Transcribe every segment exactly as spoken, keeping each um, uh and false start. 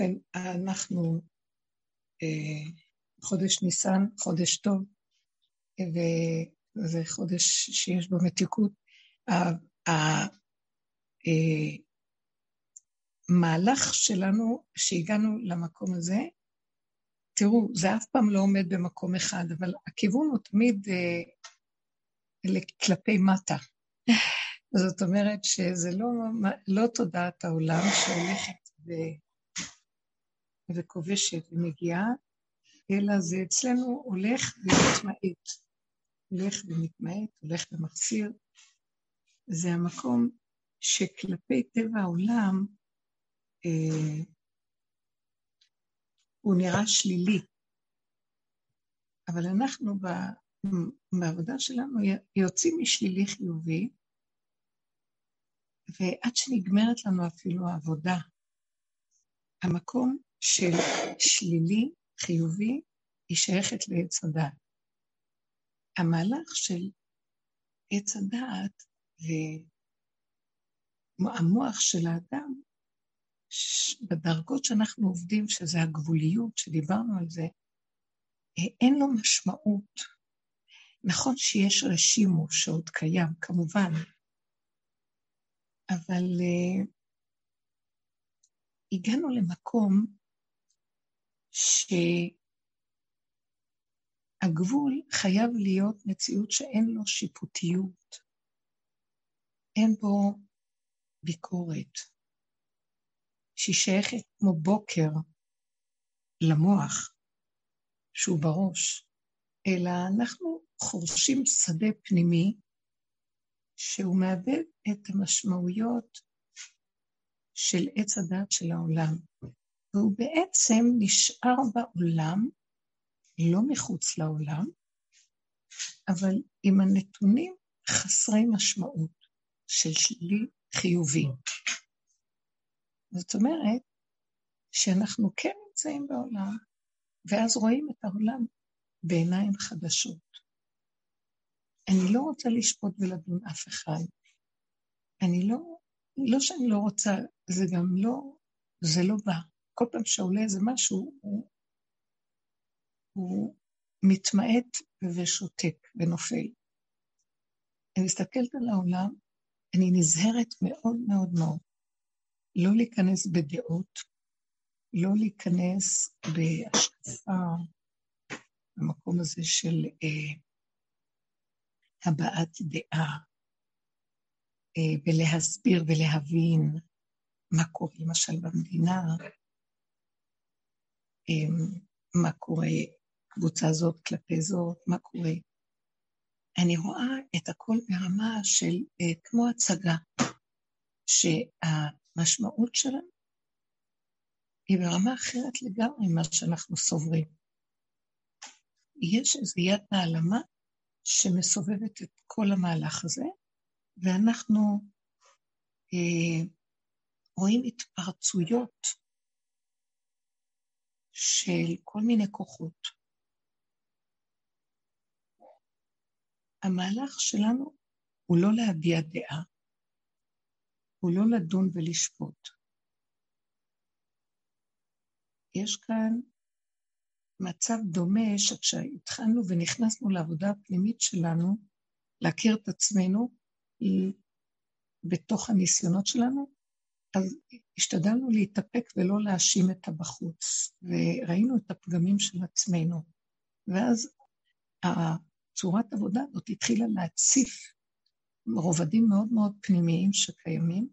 אנחנו אה, חודש ניסן, חודש טוב, וזה חודש שיש בו מתיקות. המהלך שלנו שהגענו למקום הזה, תראו, זה אף פעם לא עומד במקום אחד, אבל הכיוון הוא תמיד אה, כלפי מטה. זאת אומרת שזה לא, לא תודעת העולם שהולכת ו... וכובשת ומגיעה, אלא זה אצלנו הולך ומתמעט. הולך ומתמעט, הולך ומחסיר. זה המקום שכלפי טבע העולם אה, הוא נראה שלילי. אבל אנחנו ב... בעבודה שלנו יוצאים משלילי חיובי, ועד שנגמרת לנו אפילו העבודה, המקום של שלילי חיובי היא שייכת לעץ הדעת. המהלך של עץ הדעת והמוח של האדם, בדרגות שאנחנו עובדים, שזה הגבוליות שדיברנו על זה, אין לו משמעות. נכון שיש רשימו שעוד קיים, כמובן, אבל uh, הגענו למקום שהגבול חייב להיות מציאות שאין לו שיפוטיות, אין בו ביקורת, שהיא שייכת כמו בוקר למוח שהוא בראש, אלא אנחנו חורשים שדה פנימי שהוא מאבד את המשמעויות של עץ הדת של העולם. והוא בעצם נשאר בעולם, לא מחוץ לעולם, אבל עם הנתונים חסרי משמעות של שלילי חיובי. זאת אומרת שאנחנו כן נמצאים בעולם, ואז רואים את העולם בעיניים חדשות. אני לא רוצה לשפוט ולדון אף אחד. אני לא, לא שאני לא רוצה, זה גם לא, זה לא בא. כל פעם שעולה איזה משהו, הוא, הוא מתמעט ושותק ונופל. אני מסתכלת על העולם, אני נזהרת מאוד מאוד מאוד. לא להיכנס בדעות, לא להיכנס בהשקפה, במקום הזה של אה, הבעת דעה, אה, ולהסביר ולהבין מה קורה למשל במדינה, אה, מה קורה קבוצה זאת כלפי זאת, מה קורה. אני רואה את הכל ברמה של אה, כמו הצגה, שהמשמעות שלה היא ברמה אחרת לגמרי ממה שאנחנו סוברים. יש איזו יד העלמה שמסובבת את כל המהלך הזה, ואנחנו אה, רואים התפרצויות של כל מיני כוחות. המהלך שלנו הוא לא להביע דעה, הוא לא לדון ולשפוט. יש כאן מצב דומה שכשהתחלנו ונכנסנו לעבודה הפנימית שלנו, להכיר את עצמנו בתוך הניסיונות שלנו, אז השתדלנו להתאפק ולא להאשים את הבחוץ, וראינו את הפגמים של עצמנו. ואז הצורת עבודה הזאת התחילה להציף רובדים מאוד מאוד פנימיים שקיימים,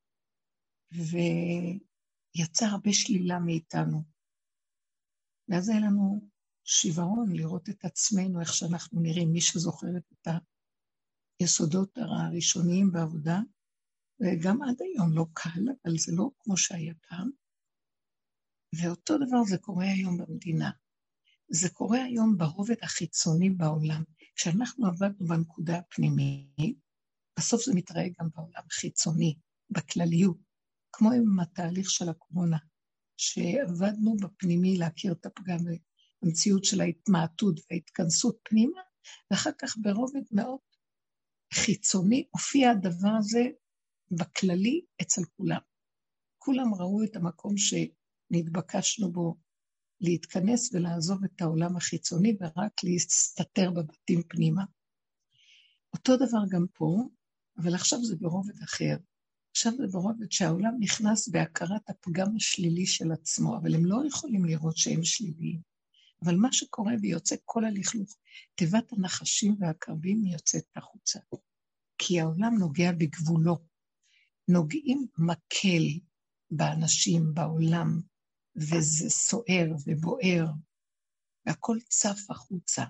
ויצא הרבה שלילה מאיתנו. ואז היה לנו שברון לראות את עצמנו, איך שאנחנו נראים, מי שזוכרת את היסודות הראשוניים בעבודה, וגם עד היום לא קל, אבל זה לא כמו שהיה פעם. ואותו דבר זה קורה היום במדינה. זה קורה היום ברובד החיצוני בעולם. כשאנחנו עבדנו בנקודה הפנימית, בסוף זה מתראה גם בעולם חיצוני, בכלליות, כמו עם התהליך של הקורונה. שעבדנו בפנימי להכיר את הפגם המציאות של ההתמעטות וההתכנסות פנימה, ואחר כך ברובד מאוד חיצוני הופיע הדבר הזה בכללי אצל כולם. כולם ראו את המקום נתבקשנו בו להתכנס ולעזוב את העולם החיצוני ורק להסתתר בבתים פנימה. אותו דבר גם פה, אבל עכשיו זה ברובד אחר. עכשיו זה ברובד שהעולם נכנס בהכרת הפגם השלילי של עצמו, אבל הם לא יכולים לראות שהם שליליים. אבל מה שקורה ויוצא כל הלכלוך, תיבת הנחשים והקרבים יוצאת החוצה. כי העולם נוגע בגבולו. נוגעים מקל באנשים, בעולם, וזה סוער ובוער, והכל צף החוצה.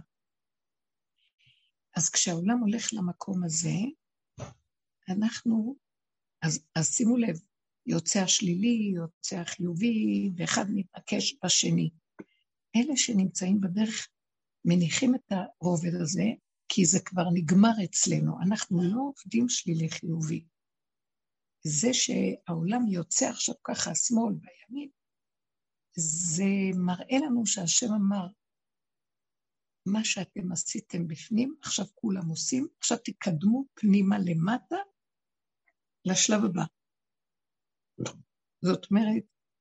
אז כשהעולם הולך למקום הזה, אנחנו, אז, אז שימו לב, יוצא השלילי, יוצא החיובי, ואחד מתעקש בשני. אלה שנמצאים בדרך מניחים את הרובד הזה, כי זה כבר נגמר אצלנו. אנחנו לא עובדים שלילי חיובי. זה שהעולם יוצא עכשיו ככה, השמאל והימין, זה מראה לנו שהשם אמר, מה שאתם עשיתם בפנים, עכשיו כולם עושים, עכשיו תקדמו פנימה למטה, לשלב הבא. זאת אומרת,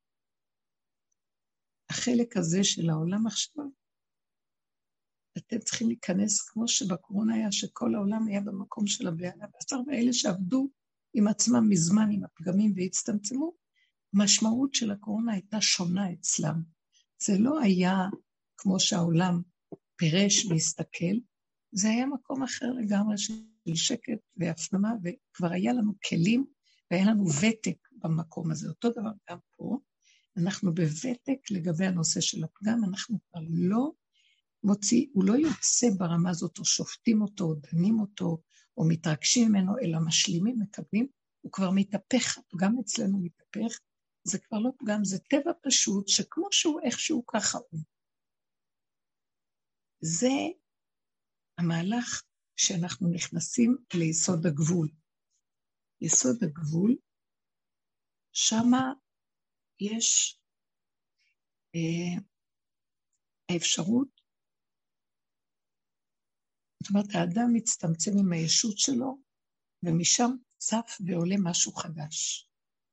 החלק הזה של העולם עכשיו, אתם צריכים להיכנס כמו שבקורונה היה, שכל העולם היה במקום של הבעלה, בעשר ואלה שעבדו עם עצמם מזמן, עם הפגמים והצטמצמו, המשמעות של הקורונה הייתה שונה אצלם. זה לא היה כמו שהעולם פירש להסתכל, זה היה מקום אחר לגמרי של שקט והפנמה, וכבר היה לנו כלים, והיה לנו ותק במקום הזה. אותו דבר גם פה, אנחנו בוותק לגבי הנושא של הפגם, אנחנו כבר לא מוציא, הוא לא יוצא ברמה הזאת, או שופטים אותו, או דנים אותו, או מתרגשים ממנו, אלא משלימים, מקבלים, הוא כבר מתהפך, גם אצלנו מתהפך, זה כבר לא פגם, זה טבע פשוט, שכמו שהוא, איכשהו ככה הוא. זה המהלך שאנחנו נכנסים ליסוד הגבול. יסוד הגבול, שמה יש אה, האפשרות, זאת אומרת, האדם מצטמצם עם הישות שלו, ומשם צף ועולה משהו חדש.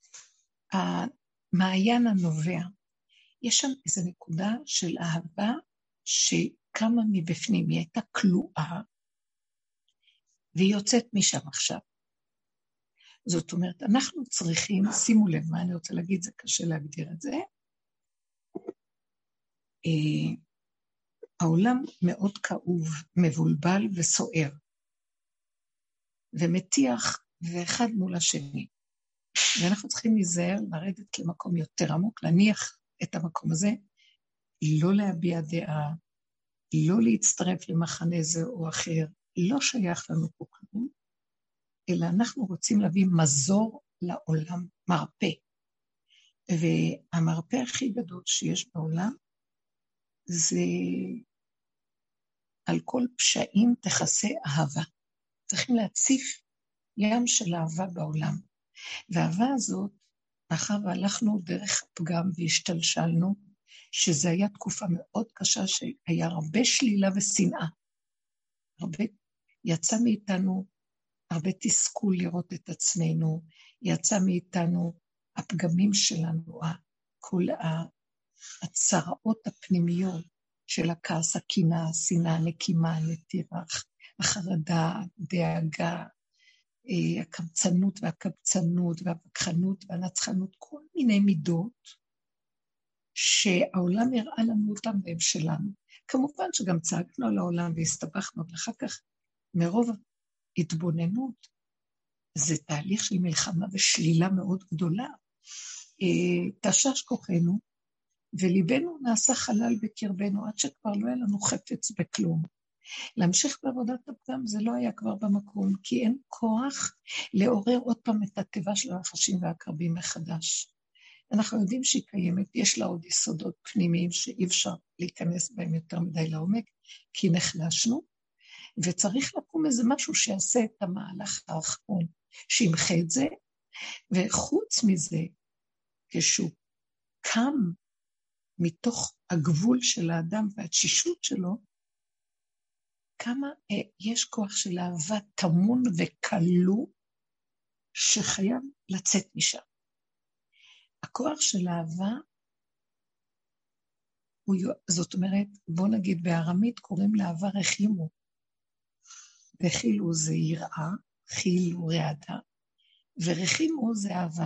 המעיין הנובע, יש שם איזו נקודה של אהבה שקמה מבפנים, היא הייתה כלואה, והיא יוצאת משם עכשיו. זאת אומרת, אנחנו צריכים, שימו לב מה אני רוצה להגיד, זה קשה להגדיר את זה, אה, העולם מאוד כאוב, מבולבל וסוער, ומתיח ואחד מול השני. ואנחנו צריכים להיזהר, לרדת למקום יותר עמוק, להניח את המקום הזה, לא להביע דעה, לא להצטרף למחנה זה או אחר, לא שייך לנו פה כלום, אלא אנחנו רוצים להביא מזור לעולם, מרפא. והמרפא הכי גדול שיש בעולם, זה על כל פשעים תכסה אהבה. צריכים להציף ים של אהבה בעולם. והאהבה הזאת, מאחר והלכנו דרך הפגם והשתלשלנו, שזו הייתה תקופה מאוד קשה שהיה הרבה שלילה ושנאה. הרבה, יצא מאיתנו הרבה תסכול לראות את עצמנו, יצא מאיתנו הפגמים שלנו, כל הצרעות הפנימיות של הכעס, הקינה, השנאה, הנקימה, הנטירח, החרדה, הדאגה, הקמצנות והקבצנות והווכחנות והנצחנות, כל מיני מידות שהעולם הראה לנו אותם והם שלנו. כמובן שגם צעקנו על העולם והסתבכנו, ואחר כך מרוב התבוננות, זה תהליך של מלחמה ושלילה מאוד גדולה. תשש כוחנו, וליבנו נעשה חלל בקרבנו, עד שכבר לא היה לנו חפץ בכלום. להמשיך בעבודת הפגם זה לא היה כבר במקום, כי אין כוח לעורר עוד פעם את הטבע של הנחשים והקרבים מחדש. אנחנו יודעים שהיא קיימת, יש לה עוד יסודות פנימיים שאי אפשר להיכנס בהם יותר מדי לעומק, כי נחלשנו, וצריך לקום איזה משהו שיעשה את המהלך האחרון, שימחה את זה, וחוץ מזה, כשהוא קם מתוך הגבול של האדם והתשישות שלו, כמה אה, יש כוח של אהבה תמון וקלו, שחייב לצאת משם. הכוח של אהבה זאת אומרת, בוא נגיד בארמית קוראים לאהבה רחימו. וחילו זה יראה, חילו רעדה, ורחימו זה אהבה.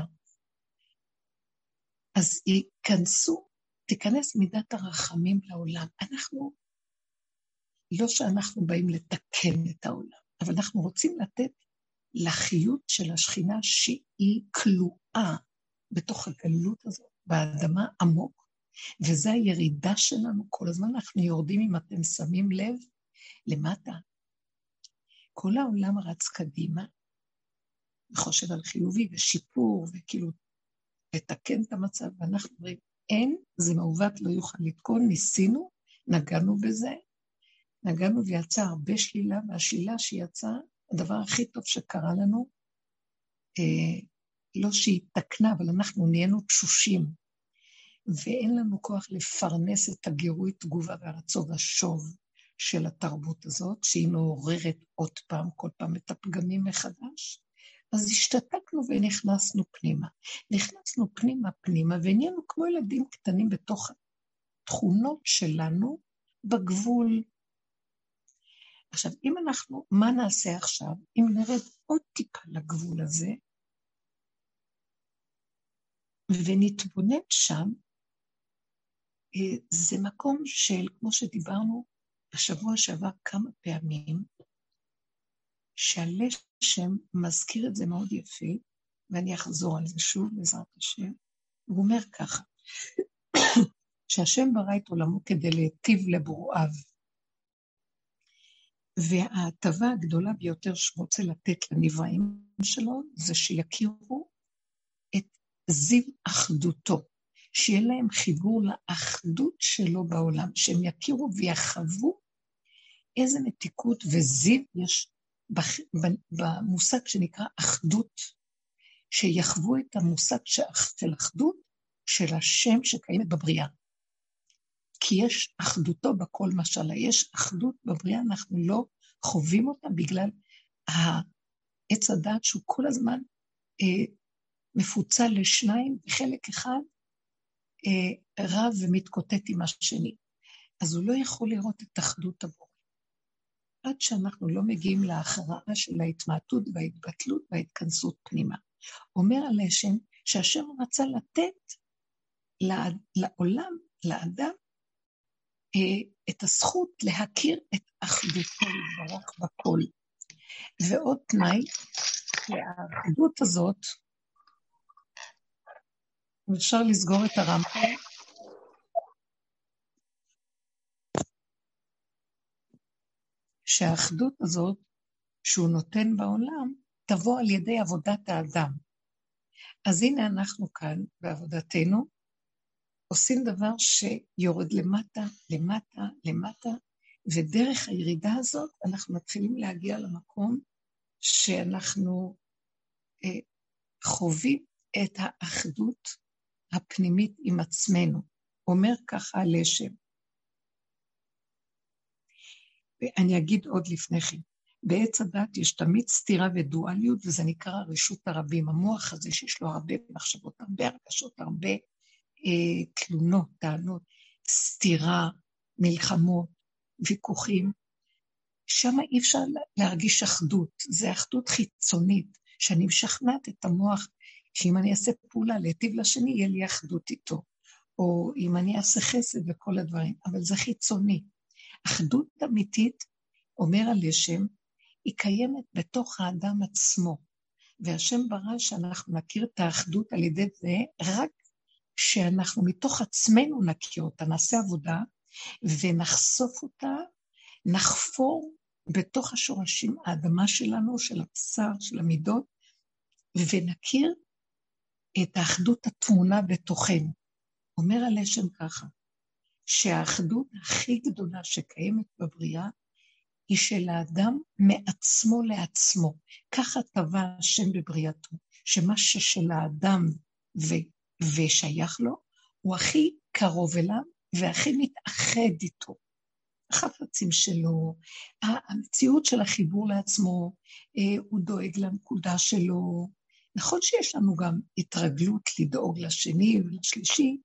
אז ייכנסו, תיכנס מידת הרחמים לעולם. אנחנו, לא שאנחנו באים לתקן את העולם, אבל אנחנו רוצים לתת לחיות של השכינה שהיא כלואה בתוך הגלות הזאת, באדמה עמוק, וזו הירידה שלנו. כל הזמן אנחנו יורדים, אם אתם שמים לב, למטה. כל העולם רץ קדימה, וחושב על חיובי ושיפור, וכאילו לתקן את המצב, ואנחנו אומרים, אין, זה מעוות לא יוכל לתקון, ניסינו, נגענו בזה, נגענו ויצא הרבה שלילה, והשלילה שיצא, הדבר הכי טוב שקרה לנו, אה, לא שהיא תקנה, אבל אנחנו נהיינו תשושים, ואין לנו כוח לפרנס את הגירוי, תגובה והרצון והשוב של התרבות הזאת, שהיא מעוררת עוד פעם, כל פעם את הפגמים מחדש, אז השתתקנו ונכנסנו פנימה. נכנסנו פנימה פנימה, ונהיינו כמו ילדים קטנים בתוך התכונות שלנו בגבול. עכשיו, אם אנחנו, מה נעשה עכשיו? אם נרד עוד טיפה לגבול הזה, ונתבונן שם, זה מקום של, כמו שדיברנו בשבוע שעבר כמה פעמים, שהלשם מזכיר את זה מאוד יפה, ואני אחזור על זה שוב בעזרת השם. הוא אומר ככה, שהשם ברא את עולמו כדי להיטיב לברואיו, וההטבה הגדולה ביותר שרוצה לתת לנבראים שלו, זה שיכירו את זיו אחדותו, שיהיה להם חיבור לאחדות שלו בעולם, שהם יכירו ויחוו איזה מתיקות וזיו יש במושג שנקרא אחדות, שיחוו את המושג של אחדות של השם שקיימת בבריאה. כי יש אחדותו בכל משל, יש אחדות בבריאה, אנחנו לא חווים אותה בגלל העץ הדעת שהוא כל הזמן אה, מפוצל לשניים, וחלק אחד אה, רב ומתקוטט עם השני. אז הוא לא יכול לראות את אחדות הבורא. עד שאנחנו לא מגיעים להכרעה של ההתמעטות וההתבטלות וההתכנסות פנימה. אומר הלשם שהשם רצה לתת לעולם, לאדם, את הזכות להכיר את אחדותו יתברך בכל. ועוד תנאי, שהאחדות הזאת, אפשר לסגור את הרמקול, שהאחדות הזאת שהוא נותן בעולם, תבוא על ידי עבודת האדם. אז הנה אנחנו כאן בעבודתנו, עושים דבר שיורד למטה, למטה, למטה, ודרך הירידה הזאת אנחנו מתחילים להגיע למקום שאנחנו אה, חווים את האחדות הפנימית עם עצמנו. אומר ככה הלשם. ואני אגיד עוד לפני כן, בעץ הדת יש תמיד סתירה ודואליות, וזה נקרא רשות הרבים, המוח הזה שיש לו הרבה מחשבות, הרבה הרגשות, הרבה אה, תלונות, טענות, סתירה, מלחמות, ויכוחים, שם אי אפשר להרגיש אחדות, זה אחדות חיצונית, שאני משכנעת את המוח, שאם אני אעשה פעולה להיטיב לשני, יהיה לי אחדות איתו, או אם אני אעשה חסד וכל הדברים, אבל זה חיצוני. אחדות אמיתית, אומר הלשם, היא קיימת בתוך האדם עצמו, והשם ברא שאנחנו נכיר את האחדות על ידי זה, רק שאנחנו מתוך עצמנו נכיר אותה, נעשה עבודה, ונחשוף אותה, נחפור בתוך השורשים, האדמה שלנו, של הבשר, של המידות, ונכיר את האחדות התמונה בתוכנו. אומר הלשם ככה, שהאחדות הכי גדולה שקיימת בבריאה, היא של האדם מעצמו לעצמו. ככה טבע השם בבריאתו, שמה ששל האדם ו- ושייך לו, הוא הכי קרוב אליו, והכי מתאחד איתו. החפצים שלו, המציאות של החיבור לעצמו, הוא דואג לנקודה שלו. נכון שיש לנו גם התרגלות לדאוג לשני ולשלישי,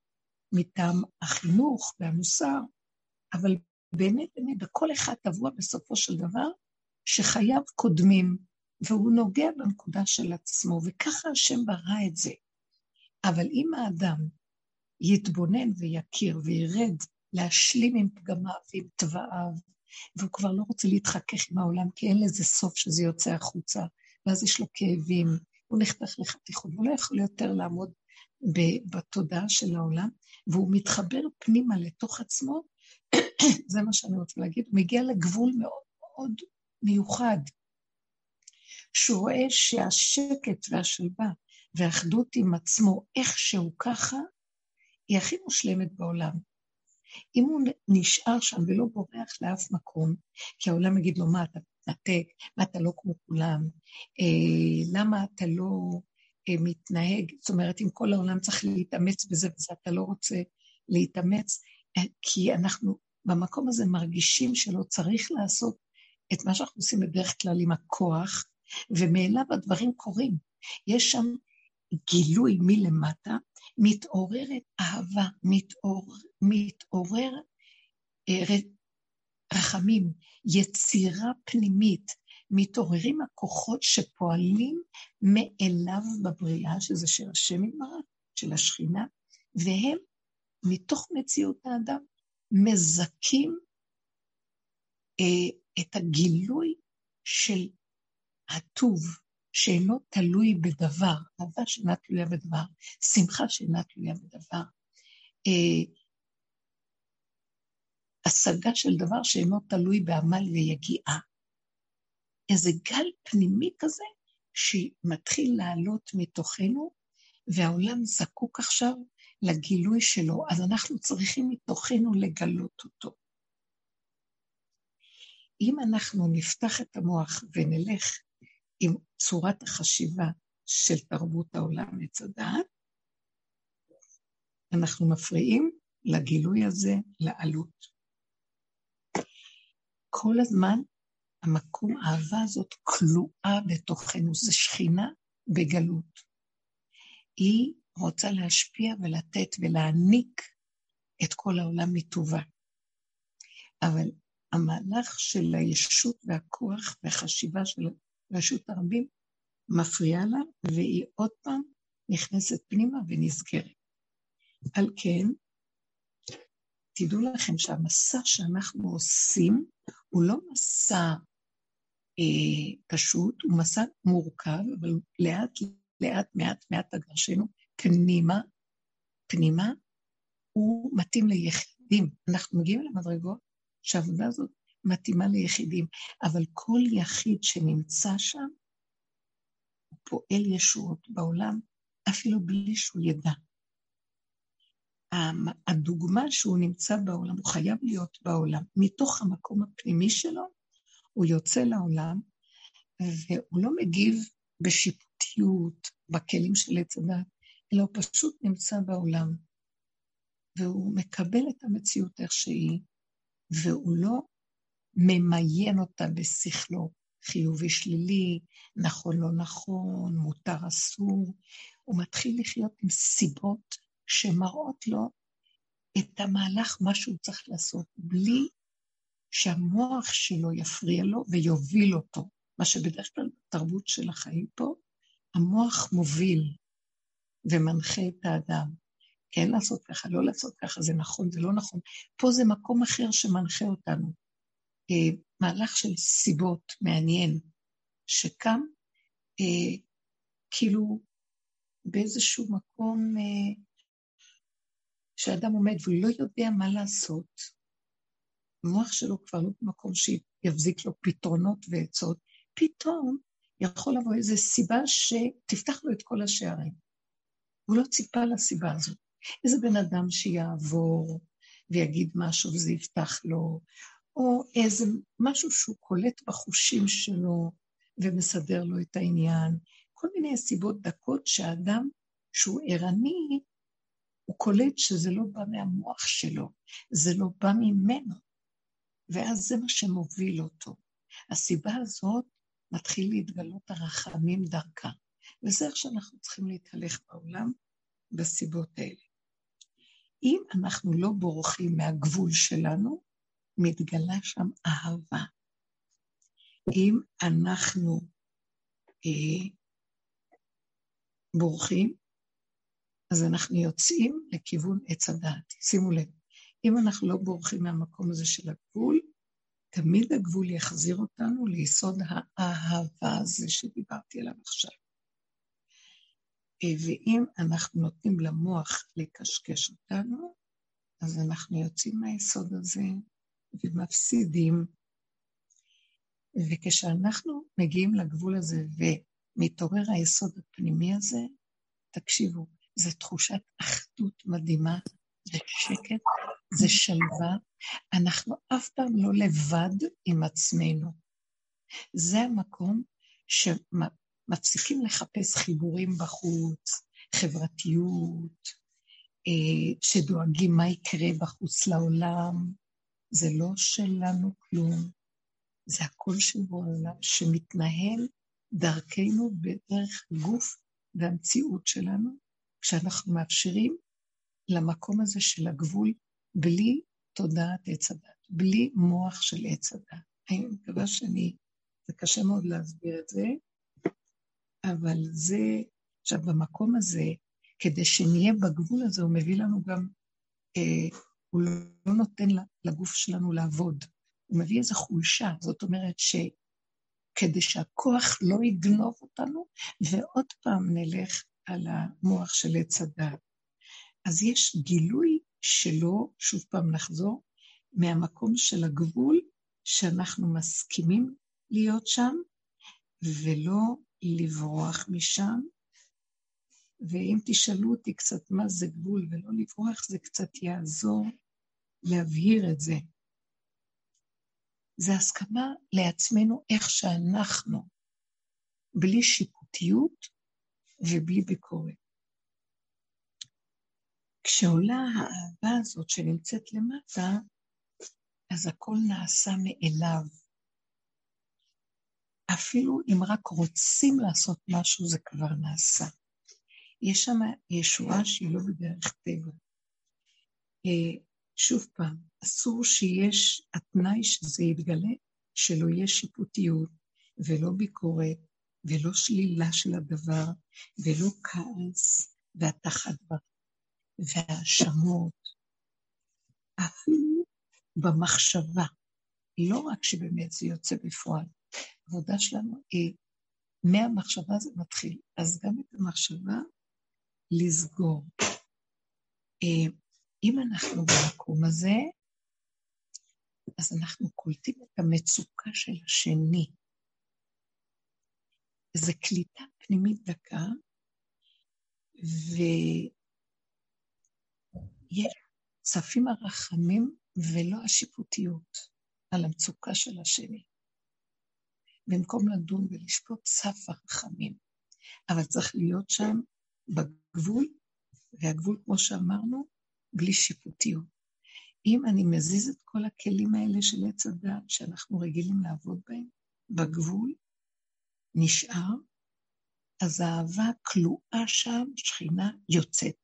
מטעם החינוך והמוסר, אבל באמת, באמת, בכל אחד טבוע בסופו של דבר, שחייו קודמים, והוא נוגע בנקודה של עצמו, וככה השם ברא את זה. אבל אם האדם יתבונן ויכיר וירד להשלים עם פגמיו ועם טבעיו, והוא כבר לא רוצה להתחכך עם העולם, כי אין לזה סוף שזה יוצא החוצה, ואז יש לו כאבים, הוא נחתך לחתיכות, הוא לא יכול יותר לעמוד בתודעה של העולם, והוא מתחבר פנימה לתוך עצמו, זה מה שאני רוצה להגיד, הוא מגיע לגבול מאוד מאוד מיוחד, שהוא רואה שהשקט והשלווה והאחדות עם עצמו, איכשהו ככה, היא הכי מושלמת בעולם. אם הוא נשאר שם ולא בורח לאף מקום, כי העולם יגיד לו, מה אתה מתנתק, מה אתה לא כמו כולם, אה, למה אתה לא אה, מתנהג, זאת אומרת, אם כל העולם צריך להתאמץ בזה וזה, אתה לא רוצה להתאמץ, אה, כי אנחנו במקום הזה מרגישים שלא צריך לעשות את מה שאנחנו עושים בדרך כלל עם הכוח, ומאליו הדברים קורים. יש שם גילוי מלמטה, מתעוררת אהבה, מתעורר, מתעורר אה, רחמים, יצירה פנימית, מתעוררים הכוחות שפועלים מאליו בבריאה, שזה של השם יתברך, של השכינה, והם מתוך מציאות האדם מזכים אה, את הגילוי של הטוב, שאינו תלוי בדבר, אהבה שאינה תלויה בדבר, שמחה שאינה תלויה בדבר, אה, השגה של דבר שאינו תלוי בעמל ויגיעה. איזה גל פנימי כזה שמתחיל לעלות מתוכנו, והעולם זקוק עכשיו לגילוי שלו, אז אנחנו צריכים מתוכנו לגלות אותו. אם אנחנו נפתח את המוח ונלך עם צורת החשיבה של תרבות העולם עץ הדעת, אנחנו מפריעים לגילוי הזה לעלות. כל הזמן המקום האהבה הזאת כלואה בתוכנו, זה שכינה בגלות. היא רוצה להשפיע ולתת ולהעניק את כל העולם מטובה. אבל המהלך של הישות והכוח והחשיבה של רשות הרבים מפריעה לה, והיא עוד פעם נכנסת פנימה ונסגרת. על כן, תדעו לכם שהמסע שאנחנו עושים, הוא לא מסע אה, פשוט, הוא מסע מורכב, אבל לאט לאט מעט מעט הגרשנו פנימה, פנימה, הוא מתאים ליחידים. אנחנו מגיעים למדרגות שהעבודה הזאת מתאימה ליחידים, אבל כל יחיד שנמצא שם, הוא פועל ישועות בעולם, אפילו בלי שהוא ידע. הדוגמה שהוא נמצא בעולם, הוא חייב להיות בעולם. מתוך המקום הפנימי שלו, הוא יוצא לעולם, והוא לא מגיב בשיפוטיות, בכלים של עץ הדת, אלא הוא פשוט נמצא בעולם, והוא מקבל את המציאות איך שהיא, והוא לא ממיין אותה בשכלו, חיובי שלילי, נכון לא נכון, מותר אסור, הוא מתחיל לחיות עם סיבות שמראות לו את המהלך, מה שהוא צריך לעשות, בלי שהמוח שלו יפריע לו ויוביל אותו, מה שבדרך כלל בתרבות של החיים פה, המוח מוביל ומנחה את האדם, כן לעשות ככה, לא לעשות ככה, זה נכון, זה לא נכון, פה זה מקום אחר שמנחה אותנו, אה, מהלך של סיבות מעניין, שקם אה, כאילו באיזשהו מקום אה, שאדם עומד והוא לא יודע מה לעשות, המוח שלו כבר לא במקום שיבזיק לו פתרונות ועצות, פתאום יכול לבוא איזו סיבה שתפתח לו את כל השערים. הוא לא ציפה לסיבה הזאת. איזה בן אדם שיעבור ויגיד משהו וזה יפתח לו, או איזה משהו שהוא קולט בחושים שלו ומסדר לו את העניין. כל מיני סיבות דקות שהאדם שהוא ערני, הוא קולט שזה לא בא מהמוח שלו, זה לא בא ממנו, ואז זה מה שמוביל אותו. הסיבה הזאת מתחיל להתגלות הרחמים דרכה, וזה איך שאנחנו צריכים להתהלך בעולם בסיבות האלה. אם אנחנו לא בורחים מהגבול שלנו, מתגלה שם אהבה. אם אנחנו אה, בורחים, אז אנחנו יוצאים לכיוון עץ הדעת. שימו לב, אם אנחנו לא בורחים מהמקום הזה של הגבול, תמיד הגבול יחזיר אותנו ליסוד האהבה הזה שדיברתי עליו עכשיו. ואם אנחנו נותנים למוח לקשקש אותנו, אז אנחנו יוצאים מהיסוד הזה ומפסידים. וכשאנחנו מגיעים לגבול הזה ומתעורר היסוד הפנימי הזה, תקשיבו, זו תחושת אחדות מדהימה, זה שקט, זה שלווה, אנחנו אף פעם לא לבד עם עצמנו. זה המקום שמפסיקים לחפש חיבורים בחוץ, חברתיות, שדואגים מה יקרה בחוץ לעולם, זה לא שלנו כלום, זה הכל של העולם שמתנהל דרכנו בדרך הגוף והמציאות שלנו, כשאנחנו מאפשרים למקום הזה של הגבול, בלי תודעת עץ הדת, בלי מוח של עץ הדת. אני מקווה שאני, זה קשה מאוד להסביר את זה, אבל זה, עכשיו במקום הזה, כדי שנהיה בגבול הזה, הוא מביא לנו גם, אה, הוא לא נותן לגוף שלנו לעבוד, הוא מביא איזו חולשה, זאת אומרת שכדי שהכוח לא יגנוב אותנו, ועוד פעם נלך על המוח של עץ הדת. אז יש גילוי שלו, שוב פעם נחזור, מהמקום של הגבול, שאנחנו מסכימים להיות שם, ולא לברוח משם, ואם תשאלו אותי קצת מה זה גבול ולא לברוח, זה קצת יעזור להבהיר את זה. זה הסכמה לעצמנו איך שאנחנו, בלי שיפוטיות ובלי ביקורת. כשעולה האהבה הזאת שנמצאת למטה, אז הכל נעשה מאליו. אפילו אם רק רוצים לעשות משהו, זה כבר נעשה. יש שם ישועה שהיא לא בדרך טבע. שוב פעם, אסור שיש התנאי שזה יתגלה, שלא יהיה שיפוטיות, ולא ביקורת, ולא שלילה של הדבר, ולא כעס, והתחת דבר, והאשמות. אפילו במחשבה, לא רק שבאמת זה יוצא בפועל, העבודה שלנו היא, מהמחשבה זה מתחיל, אז גם את המחשבה לסגור. אם אנחנו במקום הזה, אז אנחנו קולטים את המצוקה של השני. זה קליטה פנימית דקה, וצפים הרחמים ולא השיפוטיות על המצוקה של השני. במקום לדון ולשפוט צף הרחמים. אבל צריך להיות שם בגבול, והגבול כמו שאמרנו, בלי שיפוטיות. אם אני מזיז את כל הכלים האלה של עץ הדעת שאנחנו רגילים לעבוד בהם, בגבול נשאר, אז האהבה כלואה שם, שכינה יוצאת.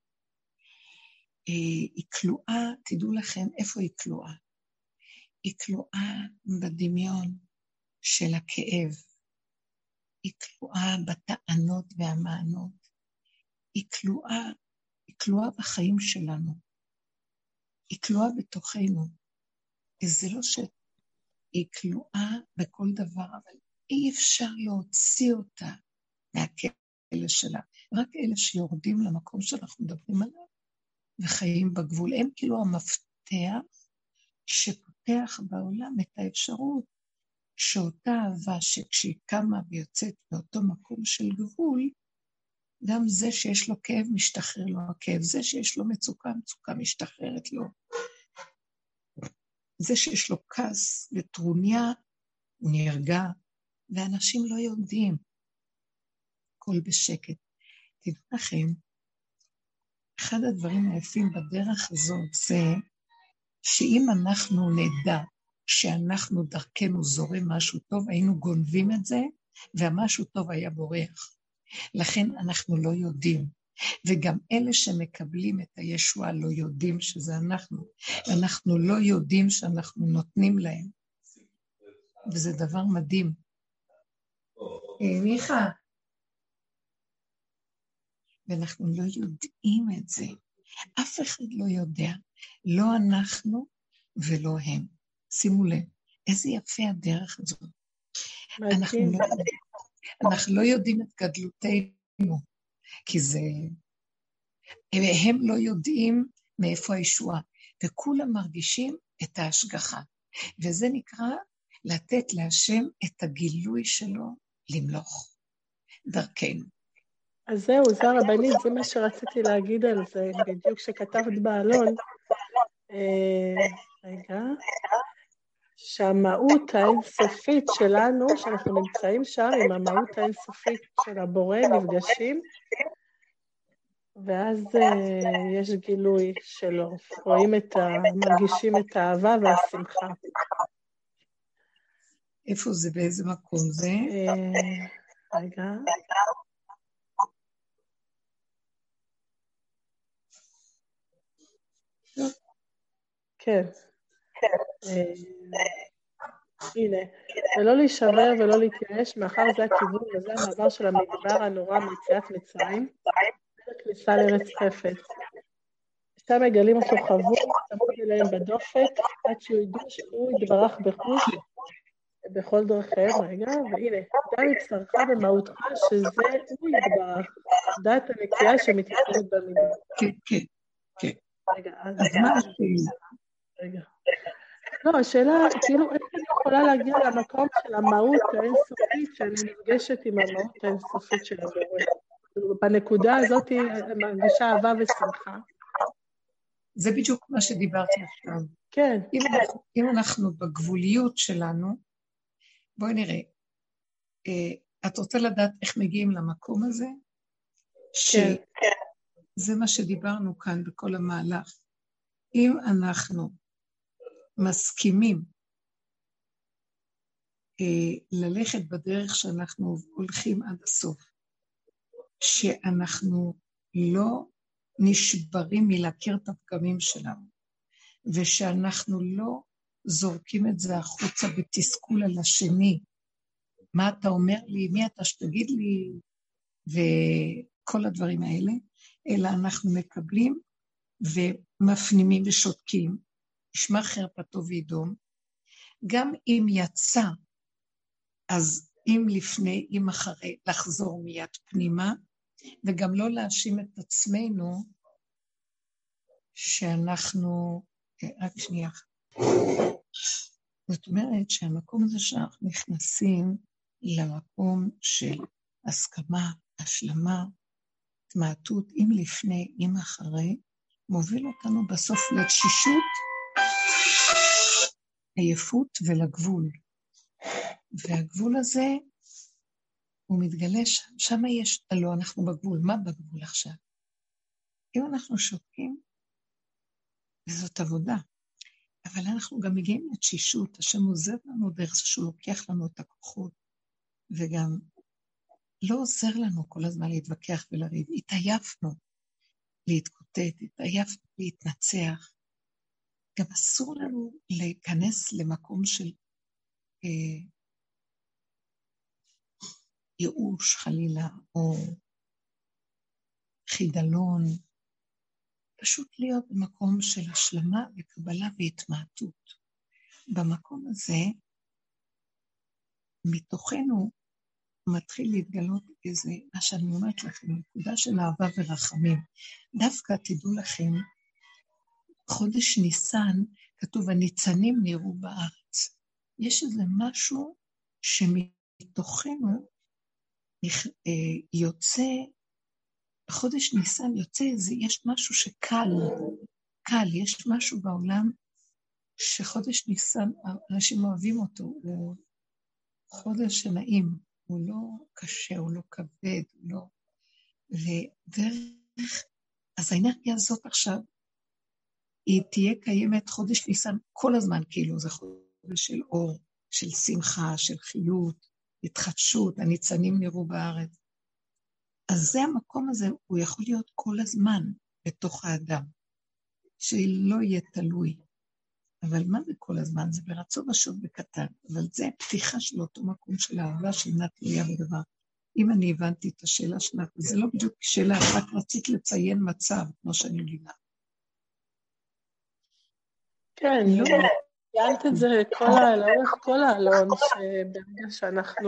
היא כלואה, תדעו לכם איפה היא כלואה. היא כלואה בדמיון של הכאב. היא כלואה בטענות והמענות. היא כלואה, היא כלואה בחיים שלנו. היא כלואה בתוכנו. זה לא שהיא כלואה בכל דבר, אבל אי אפשר להוציא אותה מהכלא שלה. רק אלה שיורדים למקום שאנחנו מדברים עליו, וחיים בגבול. הם כאילו המפתח שפותח בעולם את האפשרות, שאותה אהבה שכשהיא קמה ויוצאת באותו מקום של גבול, גם זה שיש לו כאב משתחרר לו הכאב, זה שיש לו מצוקה, מצוקה משתחררת לו. זה שיש לו כעס וטרוניה, הוא נרגע, ואנשים לא יודעים. הכל בשקט. תדעו לכם, אחד הדברים היפים בדרך הזאת זה, שאם אנחנו נדע שאנחנו דרכנו זורם משהו טוב, היינו גונבים את זה, והמשהו טוב היה בורח. לכן אנחנו לא יודעים. וגם אלה שמקבלים את הישוע לא יודעים שזה אנחנו, ואנחנו לא יודעים שאנחנו נותנים להם, וזה דבר מדהים. מיכה, ואנחנו לא יודעים את זה, אף אחד לא יודע, לא אנחנו ולא הם. שימו לב, איזה יפה הדרך הזאת. אנחנו לא, אנחנו לא יודעים את גדלותנו, כי זה, הם לא יודעים מאיפה הישועה, וכולם מרגישים את ההשגחה, וזה נקרא לתת להשם את הגילוי שלו למלוך דרכנו. אז זהו, זה הרבנית, זה מה שרציתי להגיד על זה, בדיוק שכתבת בעלון, אה, רגע, שהמהות האינסופית שלנו, שאנחנו נמצאים שם עם המהות האינסופית של הבורא, נפגשים, ואז uh, יש גילוי שלו, רואים את ה... מרגישים את האהבה והשמחה. איפה זה, באיזה מקום זה? Uh, רגע. כן. הנה, ולא להישבר ולא להתייאש, מאחר זה הכיוון וזה המעבר של המדבר הנורא מיציאת מצרים, לכניסה לארץ חפץ. שם מגלים אותו חבור, צמוד אליהם בדופק, עד שהוא ידעו שהוא יתברך בחוש בכל דרכיהם, רגע, והנה, דם הצטרכה במהותך שזה הוא יתברך, דעת הנקייה שמתקשרת במידה. כן, כן, כן. רגע, אז מה השאלה? רגע. לא, השאלה, כאילו, איך אני יכולה להגיע למקום של המהות האינסופית, שאני נפגשת עם המהות האינסופית של הבורא. בנקודה הזאת היא מרגישה אהבה ושמחה. זה בדיוק מה שדיברתי עכשיו. כן. אם אנחנו, אם אנחנו בגבוליות שלנו, בואי נראה, את רוצה לדעת איך מגיעים למקום הזה? כן. שזה מה שדיברנו כאן בכל המהלך. אם אנחנו מסכימים ללכת בדרך שאנחנו הולכים עד הסוף, שאנחנו לא נשברים מלהכיר את הפגמים שלנו, ושאנחנו לא זורקים את זה החוצה בתסכול על השני, מה אתה אומר לי, מי אתה שתגיד לי, וכל הדברים האלה, אלא אנחנו מקבלים ומפנימים ושותקים, ישמע חרפתו וידום, גם אם יצא, אז אם לפני, אם אחרי, לחזור מיד פנימה, וגם לא להאשים את עצמנו, שאנחנו, רק שנייה, זאת אומרת שהמקום הזה שאנחנו נכנסים למקום של הסכמה, השלמה, התמעטות, אם לפני, אם אחרי, מוביל אותנו בסוף לתשישות, עייפות ולגבול. והגבול הזה, הוא מתגלה שם, שם יש, לא, אנחנו בגבול, מה בגבול עכשיו? אם אנחנו שותקים, זאת עבודה, אבל אנחנו גם מגיעים לתשישות, השם עוזר לנו דרך שהוא לוקח לנו את הכוחות, וגם לא עוזר לנו כל הזמן להתווכח ולריב, התעייפנו להתקוטט, התעייפנו להתנצח, גם אסור לנו להיכנס למקום של אה, ייאוש חלילה, או חידלון, פשוט להיות במקום של השלמה וקבלה והתמעטות. במקום הזה, מתוכנו מתחיל להתגלות איזה, מה שאני אומרת לכם, נקודה של אהבה ורחמים. דווקא תדעו לכם, חודש ניסן, כתוב, הניצנים נראו בארץ. יש איזה משהו שמתוכנו יוצא, בחודש ניסן יוצא איזה, יש משהו שקל, קל, יש משהו בעולם שחודש ניסן, אנשים אוהבים אותו, הוא חודש שנעים, הוא לא קשה, הוא לא כבד, הוא לא... ודרך, אז האנרגיה הזאת עכשיו, היא תהיה קיימת חודש ניסן כל הזמן, כאילו זה חודש של אור, של שמחה, של חיות, התחדשות, הניצנים נראו בארץ. אז זה המקום הזה, הוא יכול להיות כל הזמן בתוך האדם, שלא יהיה תלוי. אבל מה זה כל הזמן? זה ברצון ושוב בקטן, אבל זה הפתיחה של אותו מקום של האהבה שאינה תלויה בדבר. אם אני הבנתי את השאלה שלך, זה לא בדיוק שאלה, רק רצית לציין מצב, כמו שאני מבינה. כן, ציינת את זה לאורך כל העלון, שברגע שאנחנו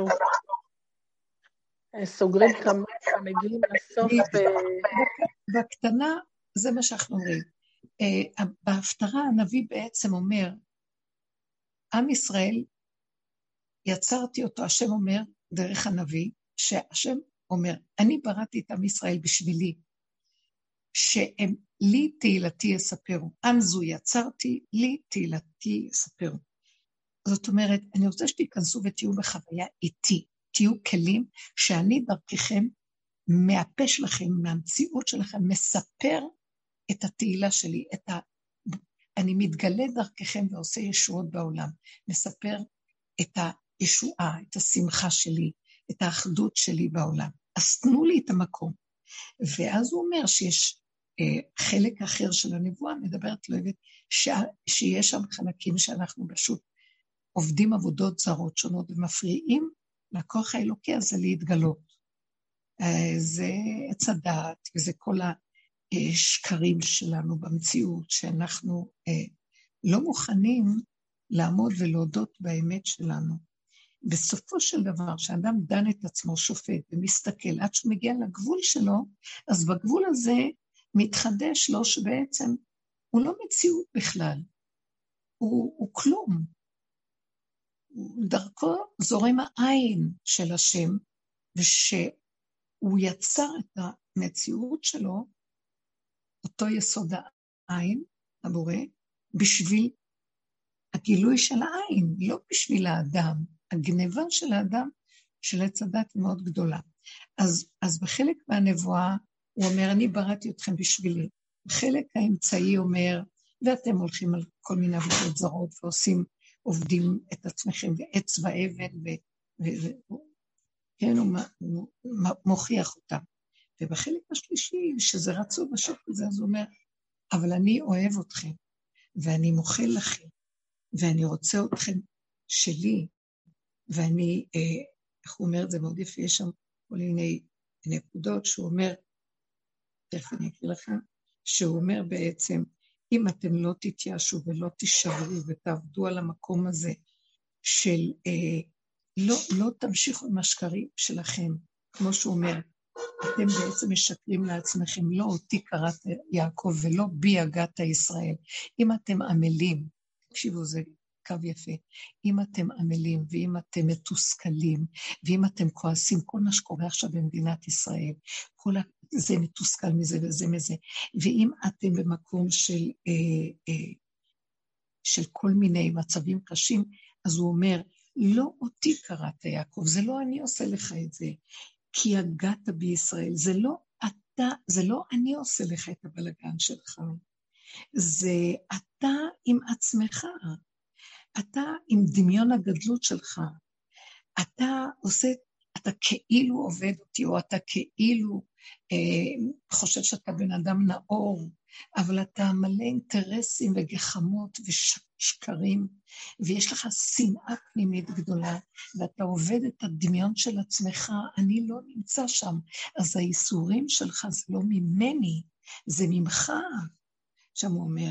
סוגרים כמה ומגיעים לסוף... בקטנה, זה מה שאנחנו אומרים. בהפטרה הנביא בעצם אומר, עם ישראל, יצרתי אותו, השם אומר, דרך הנביא, שהשם אומר, אני בראתי את עם ישראל בשבילי, שהם לי תהילתי יספרו, עם זו יצרתי, לי תהילתי יספרו. זאת אומרת, אני רוצה שתיכנסו ותהיו בחוויה איתי, תהיו כלים שאני דרככם, מהפה שלכם, מהמציאות שלכם, מספר את התהילה שלי, את ה... אני מתגלה דרככם ועושה ישועות בעולם, מספר את הישועה, את השמחה שלי, את האחדות שלי בעולם. אז תנו לי את המקום. ואז הוא אומר שיש אה, חלק אחר של הנבואה, מדברת לא יודעת, ש... שיש שם חלקים שאנחנו פשוט עובדים עבודות זרות שונות, ומפריעים לכוח האלוקי הזה להתגלות. אה, זה עץ הדעת, וזה כל השקרים שלנו במציאות, שאנחנו אה, לא מוכנים לעמוד ולהודות באמת שלנו. בסופו של דבר, שאדם דן את עצמו שופט ומסתכל, עד שהוא מגיע לגבול שלו, אז בגבול הזה מתחדש לו שבעצם הוא לא מציאות בכלל, הוא, הוא כלום. דרכו זורם העין של השם, ושהוא יצר את המציאות שלו, אותו יסוד העין, הבורא, בשביל הגילוי של העין, לא בשביל האדם. הגניבה של האדם של עץ הדת היא מאוד גדולה. אז, אז בחלק מהנבואה הוא אומר, אני בראתי אתכם בשבילי. בחלק האמצעי אומר, ואתם הולכים על כל מיני עבודות זרות, ועושים, עובדים את עצמכם, ועץ ואבן, ו, ו, ו, כן, הוא, הוא מוכיח אותם. ובחלק השלישי, שזה רצו בשוק הזה, אז הוא אומר, אבל אני אוהב אתכם, ואני מוחל לכם, ואני רוצה אתכם שלי, ואני, אה, איך הוא אומר את זה מאוד יפה, יש שם כל מיני נקודות שהוא אומר, תכף אני אקריא לכם, שהוא אומר בעצם, אם אתם לא תתייאשו ולא תשברו ותעבדו על המקום הזה של, אה, לא, לא תמשיכו עם השקרים שלכם, כמו שהוא אומר, אתם בעצם משקרים לעצמכם, לא אותי קראת יעקב ולא בי הגעת ישראל. אם אתם עמלים, תקשיבו, זה קו יפה, אם אתם עמלים ואם אתם מתוסכלים, ואם אתם כועסים, כל מה שקורה עכשיו במדינת ישראל, כל זה מתוסכל מזה וזה מזה, ואם אתם במקום של, אה, אה, של כל מיני מצבים קשים, אז הוא אומר, לא אותי קראת יעקב, זה לא אני עושה לך את זה, כי הגעת בישראל, זה לא אתה, זה לא אני עושה לך את הבלגן שלך, זה אתה עם עצמך, אתה עם דמיון הגדלות שלך, אתה עושה, אתה כאילו עובד אותי, או אתה כאילו אה, חושב שאתה בן אדם נאור, אבל אתה מלא אינטרסים וגחמות ושקרים, ויש לך שנאה פנימית גדולה, ואתה עובד את הדמיון של עצמך, אני לא נמצא שם, אז האיסורים שלך זה לא ממני, זה ממך, שם הוא אומר,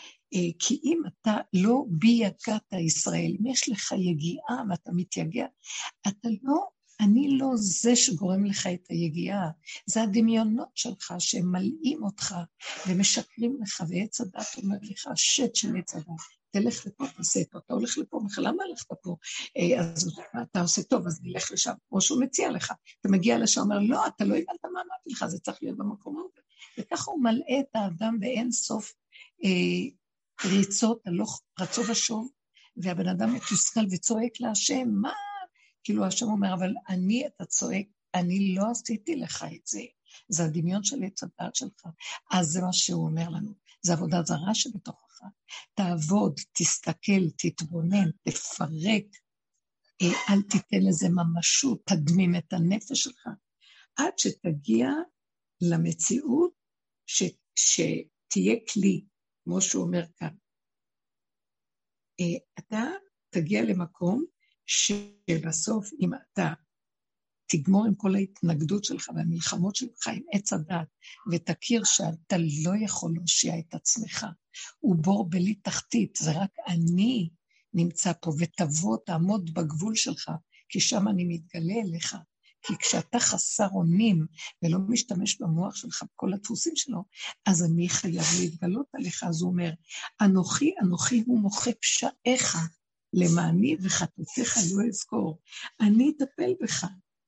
כי אם אתה לא בי יגעת ישראל, אם יש לך יגיעה ואתה מתייגע, אתה לא, אני לא זה שגורם לך את היגיעה, זה הדמיונות שלך שהם מלאים אותך ומשקרים לך, ועץ הדת אומר לך, שט של עץ הדת, תלך לפה, תעשה אותו, אתה הולך לפה, למה הלכת פה? אז אתה עושה טוב, אז נלך לשם, כמו שהוא מציע לך, אתה מגיע לשם, אומר, לא, אתה לא הבנת מה אמרתי לך, זה צריך להיות במקום הזה, וככה הוא מלא את האדם באין סוף ריצות, הלוך, רצו ושוב, והבן אדם מתוסכל וצועק להשם, מה? כאילו השם אומר, אבל אני אתה צועק, אני לא עשיתי לך את זה, זה הדמיון של עץ הדעת שלך, אז זה מה שהוא אומר לנו, זה עבודה זרה שבתוכך, תעבוד, תסתכל, תתבונן, תפרק, אל תיתן לזה ממשות, תדמים את הנפש שלך, עד שתגיע למציאות ש, שתהיה כלי, כמו שהוא אומר כאן. אתה תגיע למקום שבסוף אם אתה תגמור עם כל ההתנגדות שלך והמלחמות שלך עם עץ הדת, ותכיר שאתה לא יכול להושיע את עצמך, הוא בור בלי תחתית, זה רק אני נמצא פה, ותבוא, תעמוד בגבול שלך, כי שם אני מתגלה אליך, כי כשאתה חסר אונים, ולא משתמש במוח שלך, בכל הדפוסים שלו, אז אני חייב להתגלות עליך, אז הוא אומר, אנוכי, אנוכי הוא מוחה פשעיך, למעני וחטאותיך לא אזכור, אני אטפל בך.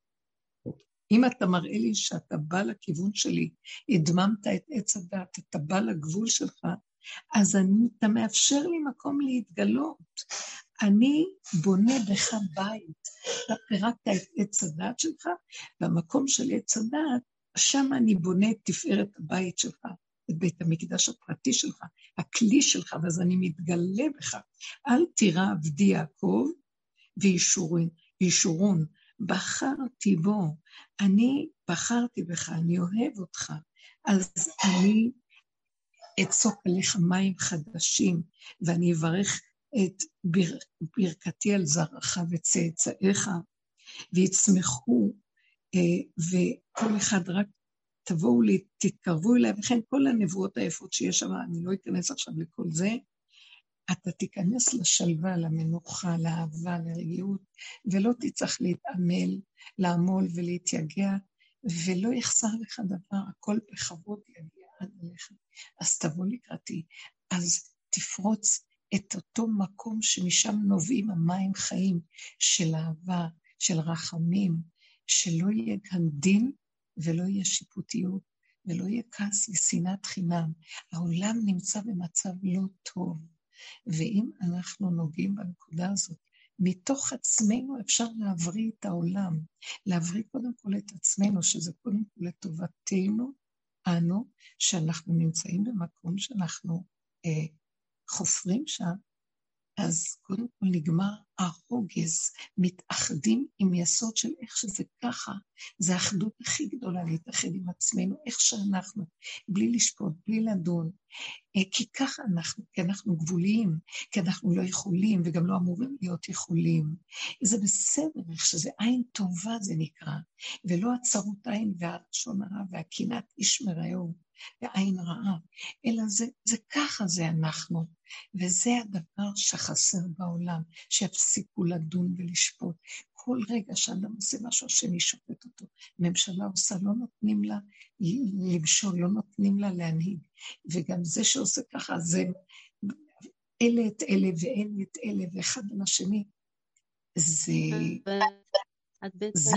אם אתה מראה לי שאתה בא לכיוון שלי, הדממת את עץ הדת, אתה בא לגבול שלך, אז אני, אתה מאפשר לי מקום להתגלות. אני בונה בך בית, אתה פירקת את עץ הדת שלך, במקום של עץ הדת, שם אני בונה את תפארת הבית שלך, את בית המקדש הפרטי שלך, הכלי שלך, ואז אני מתגלה בך. אל תירא עבדי יעקב וישורון, וישורון, בחרתי בו, אני בחרתי בך, אני אוהב אותך, אז אני אצוק עליך מים חדשים, ואני אברך את בר, ברכתי על זרעך וצאצאיך, ויצמחו, וכל אחד רק תבואו לי, תתקרבו אליי, וכן כל הנבואות היפות שיש שם, אני לא אכנס עכשיו לכל זה, אתה תיכנס לשלווה, למנוחה, לאהבה, לרגיעות, ולא תצטרך להתעמל, לעמול ולהתייגע, ולא יחסר לך דבר, הכל בכבוד יגיע עד אליך. אז תבוא לקראתי, אז תפרוץ את אותו מקום שמשם נובעים המים חיים של אהבה, של רחמים, שלא יהיה כאן דין ולא יהיה שיפוטיות, ולא יהיה כעס ושנאת חינם. העולם נמצא במצב לא טוב. ואם אנחנו נוגעים בנקודה הזאת, מתוך עצמנו אפשר להבריא את העולם, להבריא קודם כל את עצמנו, שזה קודם כל לטובתנו, אנו, שאנחנו נמצאים במקום שאנחנו אה, חופרים שם, אז קודם כל נגמר הרוגז, מתאחדים עם יסוד של איך שזה ככה, זה האחדות הכי גדולה להתאחד עם עצמנו, איך שאנחנו, בלי לשפוט, בלי לדון, כי ככה אנחנו, כי אנחנו גבוליים, כי אנחנו לא יכולים וגם לא אמורים להיות יכולים. זה בסדר, איך שזה עין טובה זה נקרא, ולא הצרות עין והשון הרע והקנאת איש מרעהו ועין רעה, אלא זה, זה ככה זה אנחנו, וזה הדבר שחסר בעולם, שיפסיקו לדון ולשפוט. כל רגע שאדם עושה משהו, השני שופט אותו. ממשלה עושה, לא נותנים לה למשול, לא נותנים לה להנהיג. וגם זה שעושה ככה, זה אלה את אלה ואלה את אלה, ואחד על השני. זה, זה,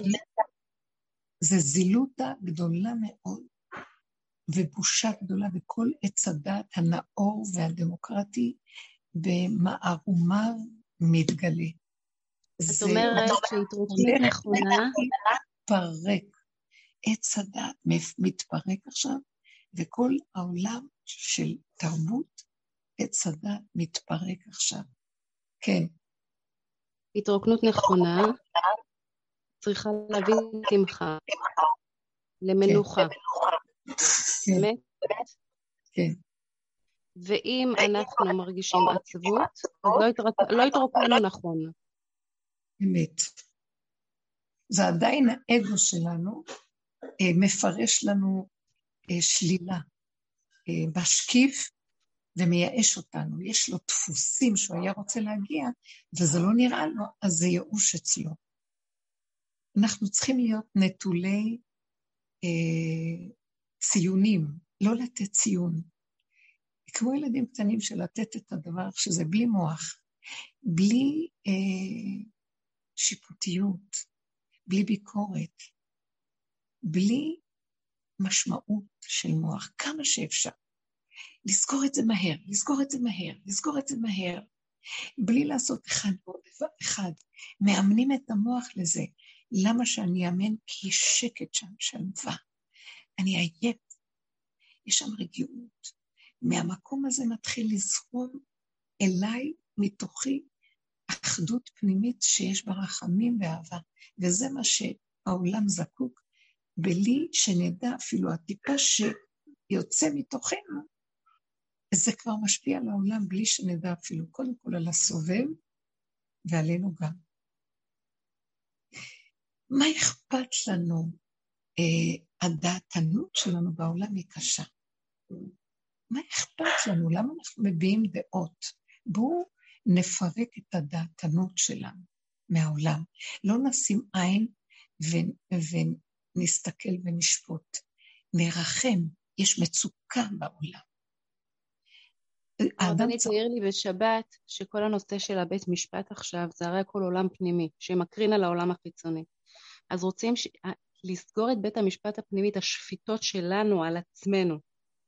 זה זילותה גדולה מאוד, ובושה גדולה, וכל עץ הדת הנאור והדמוקרטי במערומיו מתגלה. את אומרת שהתרוקנות נכונה, מתפרק, עץ הדת מתפרק עכשיו, וכל העולם של תרבות עץ הדת מתפרק עכשיו. כן. התרוקנות נכונה, צריכה להביא שמחה, למנוחה. כן. כן. ואם אנחנו מרגישים עצבות, אז לא התרוקנו נכון. אמת. זה עדיין האגו שלנו מפרש לנו שלילה, משקיף ומייאש אותנו. יש לו דפוסים שהוא היה רוצה להגיע, וזה לא נראה לו, אז זה ייאוש אצלו. אנחנו צריכים להיות נטולי אה, ציונים, לא לתת ציון. כמו ילדים קטנים של לתת את הדבר שזה בלי מוח, בלי אה, שיפוטיות, בלי ביקורת, בלי משמעות של מוח, כמה שאפשר. לזכור את זה מהר, לזכור את זה מהר, לזכור את זה מהר, בלי לעשות אחד ועוד אחד. מאמנים את המוח לזה. למה שאני אאמן? כי יש שקט שם, שלווה. אני עייף, יש שם רגיעות. מהמקום הזה מתחיל לזרום אליי, מתוכי, אחדות פנימית שיש בה רחמים ואהבה. וזה מה שהעולם זקוק, בלי שנדע אפילו הטיפה שיוצא מתוכנו, זה כבר משפיע על העולם בלי שנדע אפילו, קודם כל על הסובב ועלינו גם. מה אכפת לנו? אה, הדעתנות שלנו בעולם היא קשה. מה אכפת לנו? למה אנחנו מביעים דעות? בואו נפרק את הדעתנות שלנו מהעולם. לא נשים עין ו- ונסתכל ונשפוט. נרחם, יש מצוקה בעולם. הרבנית העיר לי בשבת שכל הנושא של הבית משפט עכשיו זה הרי הכל עולם פנימי, שמקרין על העולם החיצוני. אז רוצים ש... לסגור את בית המשפט הפנימי, את השפיטות שלנו על עצמנו.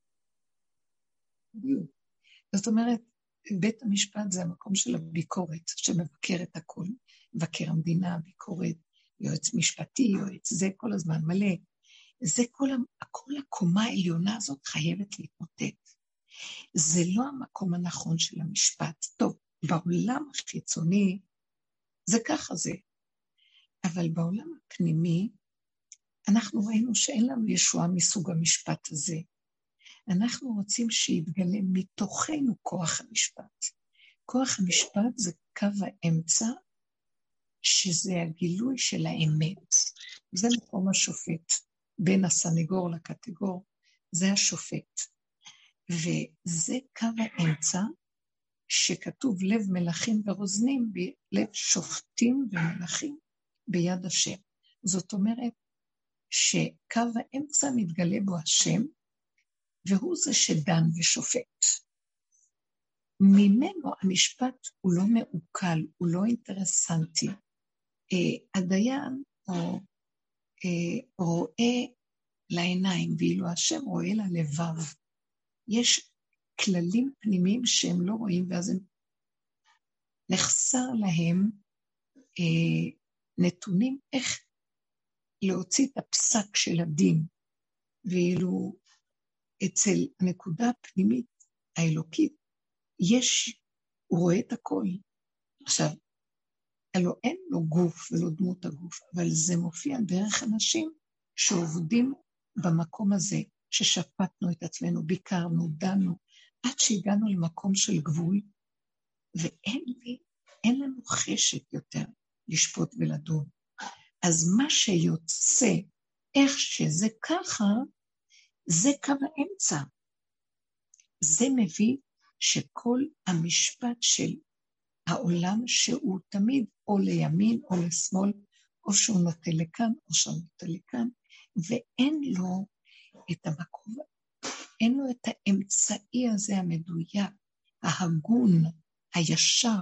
זאת אומרת, בית המשפט זה המקום של הביקורת, שמבקר את הכל, מבקר המדינה, ביקורת, יועץ משפטי, יועץ, זה כל הזמן מלא. זה כל, כל הקומה העליונה הזאת חייבת להתמוטט. זה לא המקום הנכון של המשפט. טוב, בעולם החיצוני זה ככה זה, אבל בעולם הפנימי אנחנו ראינו שאין לנו ישועה מסוג המשפט הזה. אנחנו רוצים שיתגלה מתוכנו כוח המשפט. כוח המשפט זה קו האמצע, שזה הגילוי של האמת. זה מקום השופט, בין הסנגור לקטגור, זה השופט. וזה קו האמצע, שכתוב לב מלכים ורוזנים, לב שופטים ומלכים ביד השם. זאת אומרת, שקו האמצע מתגלה בו השם, והוא זה שדן ושופט. ממנו המשפט הוא לא מעוקל, הוא לא אינטרסנטי. אה, הדיין הוא, אה, רואה לעיניים, ואילו השם רואה ללבב. יש כללים פנימיים שהם לא רואים, ואז הם נחסר להם אה, נתונים איך להוציא את הפסק של הדין, ואילו אצל הנקודה הפנימית האלוקית, יש, הוא רואה את הכל. עכשיו, הלוא אין לו גוף ולא דמות הגוף, אבל זה מופיע דרך אנשים שעובדים במקום הזה, ששפטנו את עצמנו, ביקרנו, דנו, עד שהגענו למקום של גבול, ואין לי, אין לנו חשק יותר לשפוט ולדון. אז מה שיוצא, איך שזה ככה, זה קו האמצע. זה מביא שכל המשפט של העולם, שהוא תמיד או לימין או לשמאל, או שהוא נוטה לכאן או שהוא נוטה לכאן, ואין לו את המקום, אין לו את האמצעי הזה המדויק, ההגון, הישר,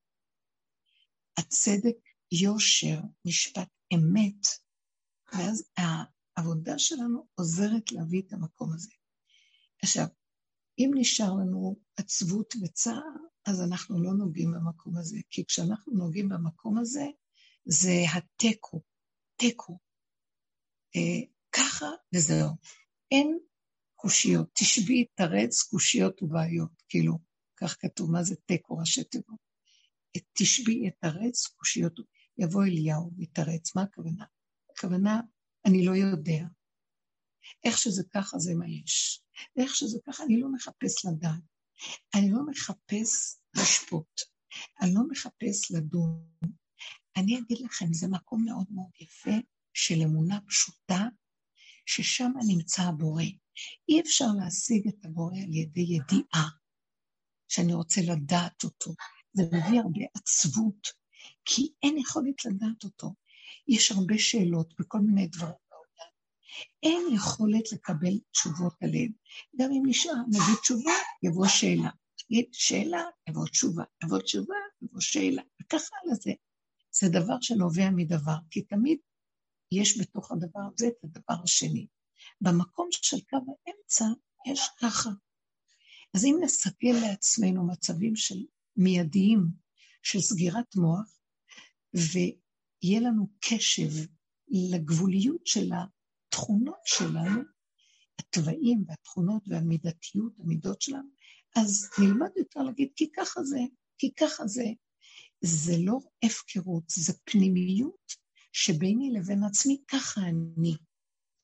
הצדק, יושר, משפט אמת, ואז העבודה שלנו עוזרת להביא את המקום הזה. עכשיו, אם נשאר לנו עצבות וצער, אז אנחנו לא נוגעים במקום הזה, כי כשאנחנו נוגעים במקום הזה, זה הטקו, טקו. אה, ככה וזהו. אין קושיות, תשבי, תרץ, קושיות ובעיות, כאילו, כך כתוב, מה זה טקו, ראשי תיבות. תשבי, תרץ, קושיות, יבוא אליהו ותרץ, מה הכוונה? הכוונה, אני לא יודע. איך שזה ככה זה מה יש. ואיך שזה ככה אני לא מחפש לדעת. אני לא מחפש לשפוט. אני לא מחפש לדון. אני אגיד לכם, זה מקום מאוד מאוד יפה של אמונה פשוטה, ששם נמצא הבורא. אי אפשר להשיג את הבורא על ידי ידיעה, שאני רוצה לדעת אותו. זה מביא הרבה עצבות, כי אין יכולת לדעת אותו. יש הרבה שאלות בכל מיני דברים בעולם. אין יכולת לקבל תשובות עליהם. גם אם נשאר, נגיד תשובה, יבוא שאלה. נגיד שאלה, יבוא תשובה. יבוא תשובה, יבוא שאלה. וככה על זה. זה דבר שנובע מדבר, כי תמיד יש בתוך הדבר הזה את הדבר השני. במקום של קו האמצע יש ככה. אז אם נסתכל לעצמנו מצבים של מיידיים, של סגירת מוח, ויהיה לנו קשב לגבוליות של התכונות שלנו, הטבעים והתכונות והמידתיות, המידות שלנו, אז נלמד יותר להגיד, כי ככה זה, כי ככה זה. זה לא הפקרות, זה פנימיות שביני לבין עצמי, ככה אני.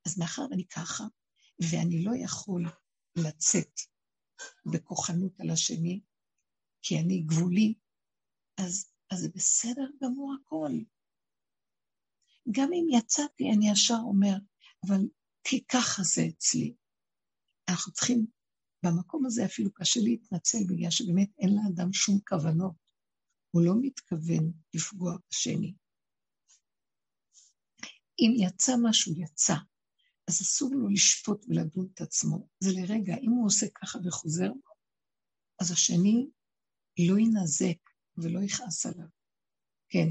אז מאחר אני ככה, ואני לא יכול לצאת בכוחנות על השני, כי אני גבולי, אז, אז זה בסדר גמור הכל. גם אם יצאתי, אני ישר אומר, אבל כי ככה זה אצלי. אנחנו צריכים, במקום הזה אפילו קשה להתנצל, בגלל שבאמת אין לאדם שום כוונות. הוא לא מתכוון לפגוע בשני. אם יצא משהו, יצא. אז אסור לו לשפוט ולדון את עצמו. זה לרגע, אם הוא עושה ככה וחוזר, אז השני לא ינזק ולא יכעס עליו. כן.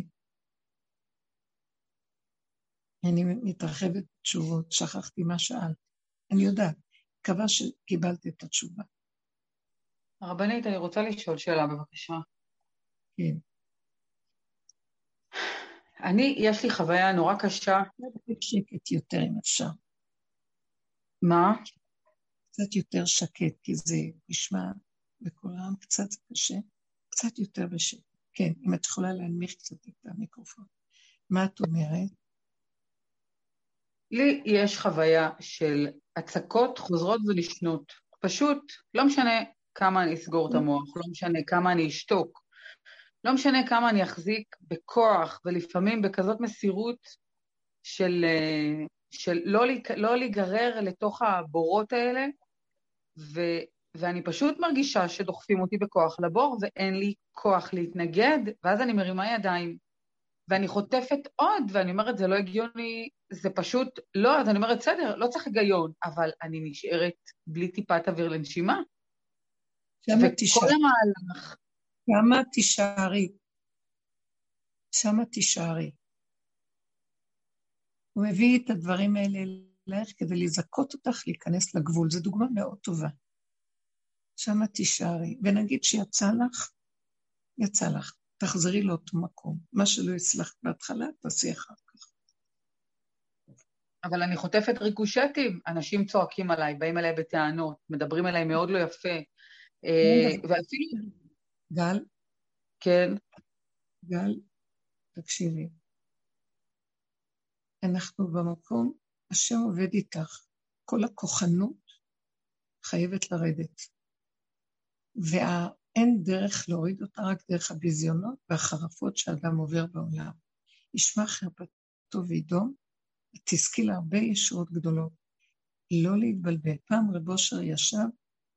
אני מתרחבת תשובות, שכחתי מה שאלת. אני יודעת, מקווה שקיבלת את התשובה. הרבנית, אני רוצה לשאול שאלה בבקשה. כן. אני, יש לי חוויה נורא קשה. שקט יותר אם אפשר. מה? קצת יותר שקט, כי זה נשמע בכל רם, קצת קשה, קצת יותר בשקט. כן, אם את יכולה להנמיך קצת את המיקרופון. מה את אומרת? לי יש חוויה של הצקות חוזרות ונשנות. פשוט, לא משנה כמה אני אסגור את המוח, לא משנה כמה אני אשתוק, לא משנה כמה אני אחזיק בכוח, ולפעמים בכזאת מסירות של, של לא, לא להיגרר לתוך הבורות האלה, ו, ואני פשוט מרגישה שדוחפים אותי בכוח לבור, ואין לי כוח להתנגד, ואז אני מרימה ידיים, ואני חוטפת עוד, ואני אומרת, זה לא הגיוני, זה פשוט, לא, אז אני אומרת, בסדר, לא צריך היגיון, אבל אני נשארת בלי טיפת אוויר לנשימה. שמה תשארי. וכל המהלך. שמה תשארי. שמה תשארי. הוא מביא את הדברים האלה לך כדי לזכות אותך להיכנס לגבול. זו דוגמה מאוד טובה. שמה תשארי. ונגיד שיצא לך, יצא לך. תחזרי לאותו מקום. מה שלא יצלח בהתחלה, תעשי אחר כך. אבל אני חוטפת ריקושטים, אנשים צועקים עליי, באים אליי בטענות, מדברים אליי מאוד לא יפה. ואפילו... גל? כן. גל, תקשיבי. אנחנו במקום, השם עובד איתך. כל הכוחנות חייבת לרדת. וה... אין דרך להוריד אותה, רק דרך הביזיונות והחרפות שאדם עובר בעולם. ישמע חרפתו וידום, תזכי להרבה ישועות גדולות. לא להתבלבל. פעם רב אושר ישב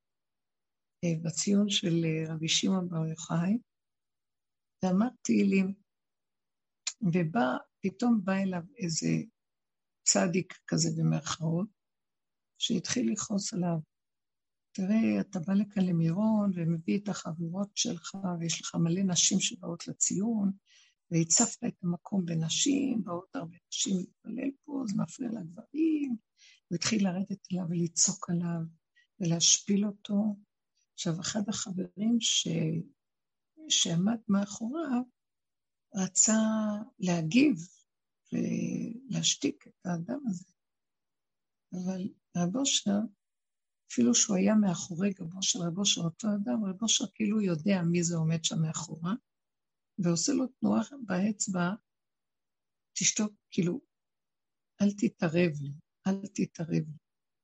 בציון של רבי שמעון בר יוחאי, ואמר תהילים, ובא, פתאום בא אליו איזה צדיק כזה במרכאות, שהתחיל לכעוס עליו. תראה, אתה בא לכאן למירון, ומביא את החבורות שלך, ויש לך מלא נשים שבאות לציון, והצפת את המקום בנשים, באות הרבה נשים להתפלל פה, זה מפריע לגברים, הוא התחיל לרדת אליו ולצעוק עליו, ולהשפיל אותו. עכשיו, אחד החברים ש... שעמד מאחוריו, רצה להגיב, ולהשתיק את האדם הזה. אבל רב אושר, אפילו שהוא היה מאחורי גבו של רב אושר, אותו אדם, רב אושר כאילו יודע מי זה עומד שם מאחורה, ועושה לו תנועה באצבע, תשתוק, כאילו, אל תתערב לי, אל תתערב לי.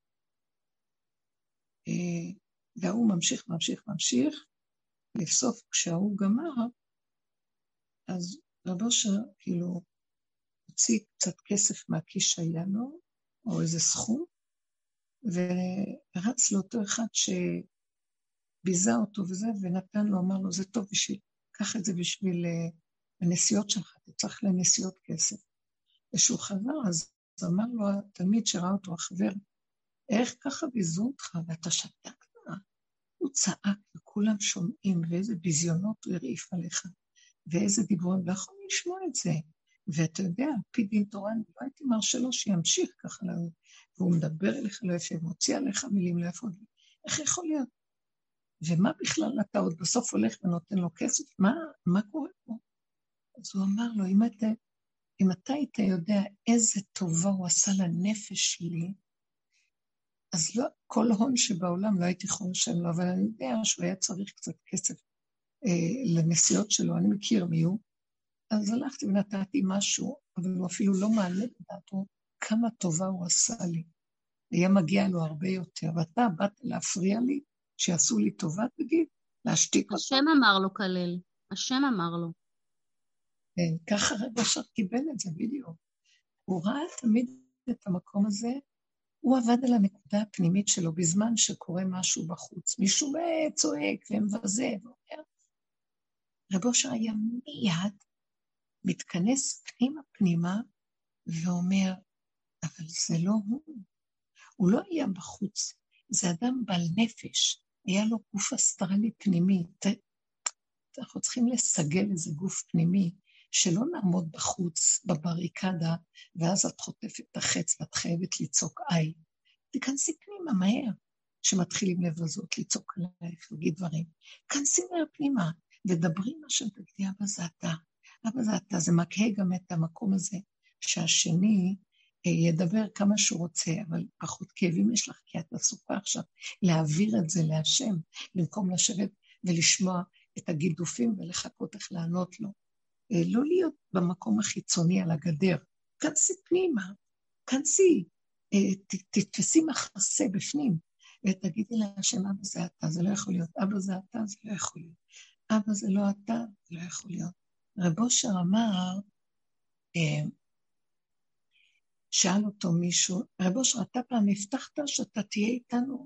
והוא ממשיך, ממשיך, ממשיך, לבסוף כשהוא גמר, אז רב אושר כאילו הוציא קצת כסף מהכיס שהיה לו, או איזה סכום, ורץ לאותו אחד שביזה אותו וזה, ונתן לו, אמר לו, זה טוב בשביל, קח את זה בשביל הנסיעות שלך, אתה צריך לנסיעות כסף. ושהוא חזר, אז אמר לו, התלמיד שראה אותו, החבר, איך ככה ביזו אותך, ואתה שתקת? הוא צעק, וכולם שומעים, ואיזה ביזיונות הוא הרעיף עליך, ואיזה דיבורים, לא יכול לשמוע את זה. ואתה יודע, פי דין תורה, אני לא הייתי מרשה לו שימשיך ככה, והוא מדבר אליך לא יפה, מוציא עליך מילים לא יפות. איך יכול להיות? ומה בכלל אתה עוד בסוף הולך ונותן לו כסף? מה, מה קורה פה? אז הוא אמר לו, אם אתה, אם אתה היית יודע איזה טובה הוא עשה לנפש שלי, אז לא, כל הון שבעולם לא הייתי יכול לשם לו, אבל אני יודע שהוא היה צריך קצת כסף אה, לנסיעות שלו, אני מכיר מי הוא, אז הלכתי ונתתי משהו, אבל הוא אפילו לא מעלה בדעתו כמה טובה הוא עשה לי. היה מגיע לו הרבה יותר, ואתה באת להפריע לי, שיעשו לי טובה, תגיד, להשתיק אותו. השם אמר לו כלל, השם אמר לו. כן, ככה רב אושר קיבל את זה בדיוק. הוא ראה תמיד את המקום הזה, הוא עבד על הנקודה הפנימית שלו, בזמן שקורה משהו בחוץ. מישהו צועק ומבזה, ואומר, רב אושר היה מיד מתכנס פנימה פנימה, ואומר, אבל זה לא הוא. הוא לא היה בחוץ, זה אדם בעל נפש, היה לו גוף אסטרלי פנימי. אנחנו צריכים לסגל איזה גוף פנימי, שלא נעמוד בחוץ, בבריקדה, ואז את חוטפת את החץ, ואת חייבת לצעוק איי. תכנסי פנימה מהר, שמתחילים לבזות, לצעוק עלייך, להגיד דברים. כנסי מהר פנימה, ודברי מה שתגידי, אבא זה אתה. אבא זה אתה, זה מקהה גם את המקום הזה, שהשני ידבר כמה שהוא רוצה, אבל פחות כאבים יש לך, כי את עסוקה עכשיו, להעביר את זה להשם, במקום לשבת ולשמוע את הגידופים, ולחכות איך לענות לו. לא להיות במקום החיצוני על הגדר, כנסי פנימה, כנסי, תתפסי מחסה בפנים, ותגידי להשם, אבא זה אתה, זה לא יכול להיות, אבא זה אתה, זה לא יכול להיות, אבא זה לא אתה, זה לא יכול להיות. רב אושר אמר, שאל אותו מישהו, רב אושר, אתה פעם הבטחת שאתה תהיה איתנו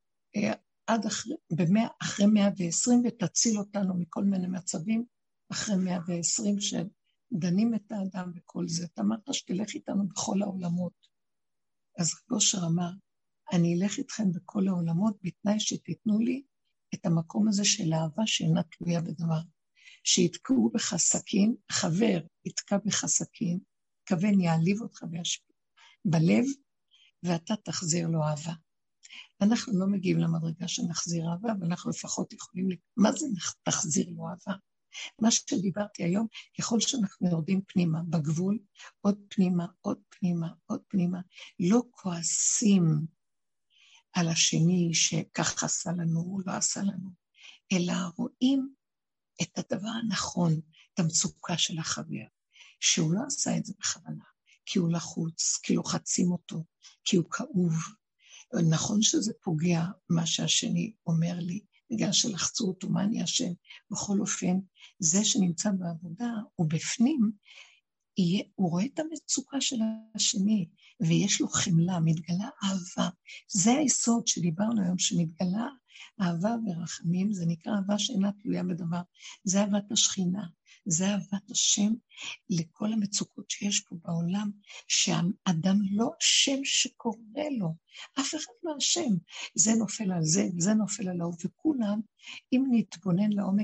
עד אחרי, במאה, אחרי מאה ועשרים, ותציל אותנו מכל מיני מצבים, אחרי מאה ועשרים שדנים את האדם וכל זה. אתה אמרת שתלך איתנו בכל העולמות. אז רב אושר אמר, אני אלך איתכם בכל העולמות, בתנאי שתיתנו לי את המקום הזה של אהבה שאינה תלויה בדבר. שיתקעו בך סכין, חבר יתקע בך סכין, כוון יעליב אותך וישפיע בלב, ואתה תחזיר לו אהבה. אנחנו לא מגיעים למדרגה שנחזיר אהבה, ואנחנו לפחות יכולים, מה זה תחזיר לו אהבה? מה שדיברתי היום, ככל שאנחנו יורדים פנימה, בגבול, עוד פנימה, עוד פנימה, עוד פנימה, לא כועסים על השני שכך עשה לנו, הוא לא עשה לנו, אלא רואים את הדבר הנכון, את המצוקה של החבר, שהוא לא עשה את זה בכוונה, כי הוא לחוץ, כי לוחצים אותו, כי הוא כאוב. נכון שזה פוגע מה שהשני אומר לי, בגלל שלחצו אותו, מה אני אשם? בכל אופן, זה שנמצא בעבודה, הוא בפנים, יהיה, הוא רואה את המצוקה של השני, ויש לו חמלה, מתגלה אהבה. זה היסוד שדיברנו היום, שמתגלה אהבה ורחמים, זה נקרא אהבה שאינה תלויה בדבר, זה אהבת השכינה, זה אהבת השם לכל המצוקות שיש פה בעולם, שהאדם לא השם שקורא לו, אף אחד לא השם, זה נופל על זה, זה נופל על ההוא, וכולם, אם נתבונן לעומק,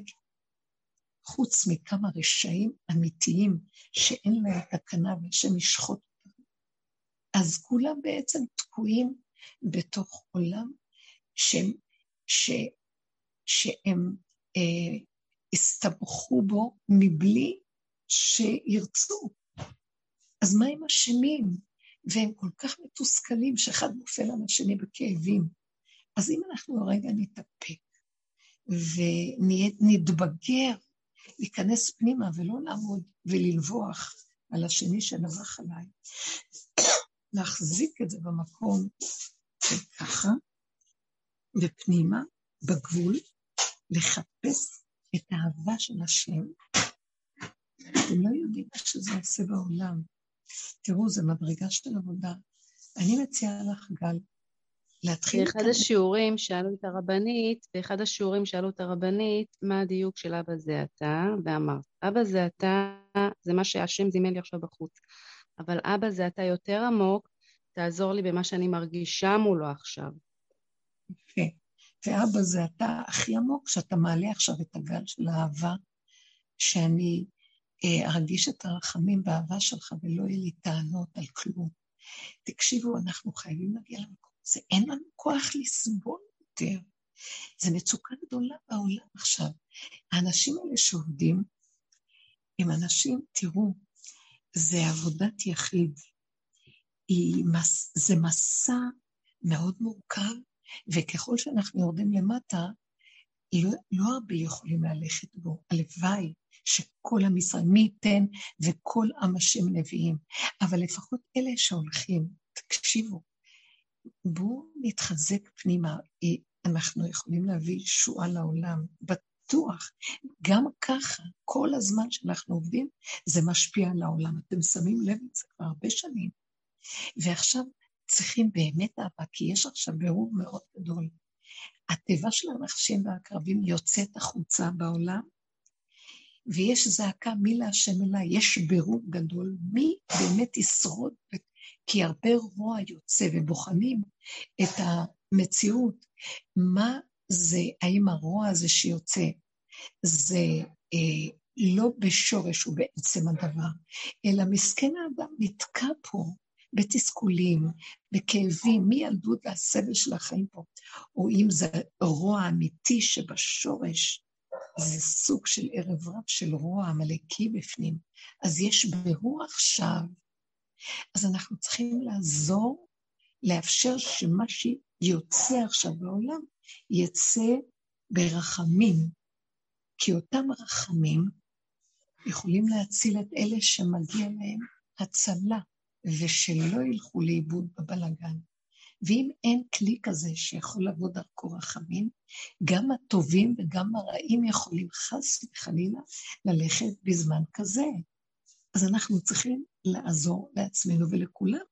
חוץ מכמה רשעים אמיתיים, שאין להם תקנה והשם ישחוט אותם, אז כולם בעצם תקועים בתוך עולם, שהם, ש, שהם אה, הסתבכו בו מבלי שירצו. אז מה הם אשמים? והם כל כך מתוסכלים שאחד נופל על השני בכאבים. אז אם אנחנו הרגע נתאפק ונתבגר, להיכנס פנימה ולא לעמוד וללבוח על השני שנבח עליי, להחזיק את זה במקום ככה, ופנימה, בגבול, לחפש את האהבה של השם. אתם לא יודעים מה שזה עושה בעולם. תראו, זה מדרגה של עבודה. אני מציעה לך, גל, להתחיל... באחד השיעורים שאלו את הרבנית, באחד השיעורים שאלו את הרבנית, מה הדיוק של אבא זה אתה, ואמרת, אבא זה אתה, זה מה שהשם זימן לי עכשיו בחוץ, אבל אבא זה אתה יותר עמוק, תעזור לי במה שאני מרגישה מולו עכשיו. יפה. ואבא זה אתה הכי עמוק, שאתה מעלה עכשיו את הגל של האהבה, שאני אה, ארגיש את הרחמים באהבה שלך, ולא יהיה לי טענות על כלום. תקשיבו, אנחנו חייבים להגיע למקום הזה, אין לנו כוח לסבול יותר. זה מצוקה גדולה בעולם עכשיו. האנשים האלה שעובדים, הם אנשים, תראו, זה עבודת יחיד. מס, זה מסע מאוד מורכב, וככל שאנחנו יורדים למטה, לא, לא הרבה יכולים ללכת בו. הלוואי שכל עם ישראל, מי ייתן וכל עם השם נביאים. אבל לפחות אלה שהולכים, תקשיבו, בואו נתחזק פנימה, אנחנו יכולים להביא ישועה לעולם, בטוח. גם ככה, כל הזמן שאנחנו עובדים, זה משפיע על העולם. אתם שמים לב את זה כבר הרבה שנים. ועכשיו צריכים באמת אהבה, כי יש עכשיו ברור מאוד גדול. הטבע של הנחשים והקרבים יוצאת החוצה בעולם, ויש זעקה מי להשם אליי, יש ברור גדול, מי באמת ישרוד, כי הרבה רוע יוצא ובוחנים את המציאות, מה זה, האם הרוע הזה שיוצא, זה אה, לא בשורש הוא בעצם הדבר, אלא מסכן האדם נתקע פה, בתסכולים, בכאבים, מילדות והסבל של החיים פה, או אם זה רוע אמיתי שבשורש, זה סוג של ערב רב של רוע עמלקי בפנים, אז יש ברור עכשיו, אז אנחנו צריכים לעזור, לאפשר שמה שיוצא עכשיו בעולם, יצא ברחמים, כי אותם רחמים יכולים להציל את אלה שמגיע להם הצלה, ושלא ילכו לאיבוד בבלגן. ואם אין כלי כזה שיכול לעבוד דרכו רחמים, גם הטובים וגם הרעים יכולים חס וחלילה ללכת בזמן כזה. אז אנחנו צריכים לעזור לעצמנו ולכולם,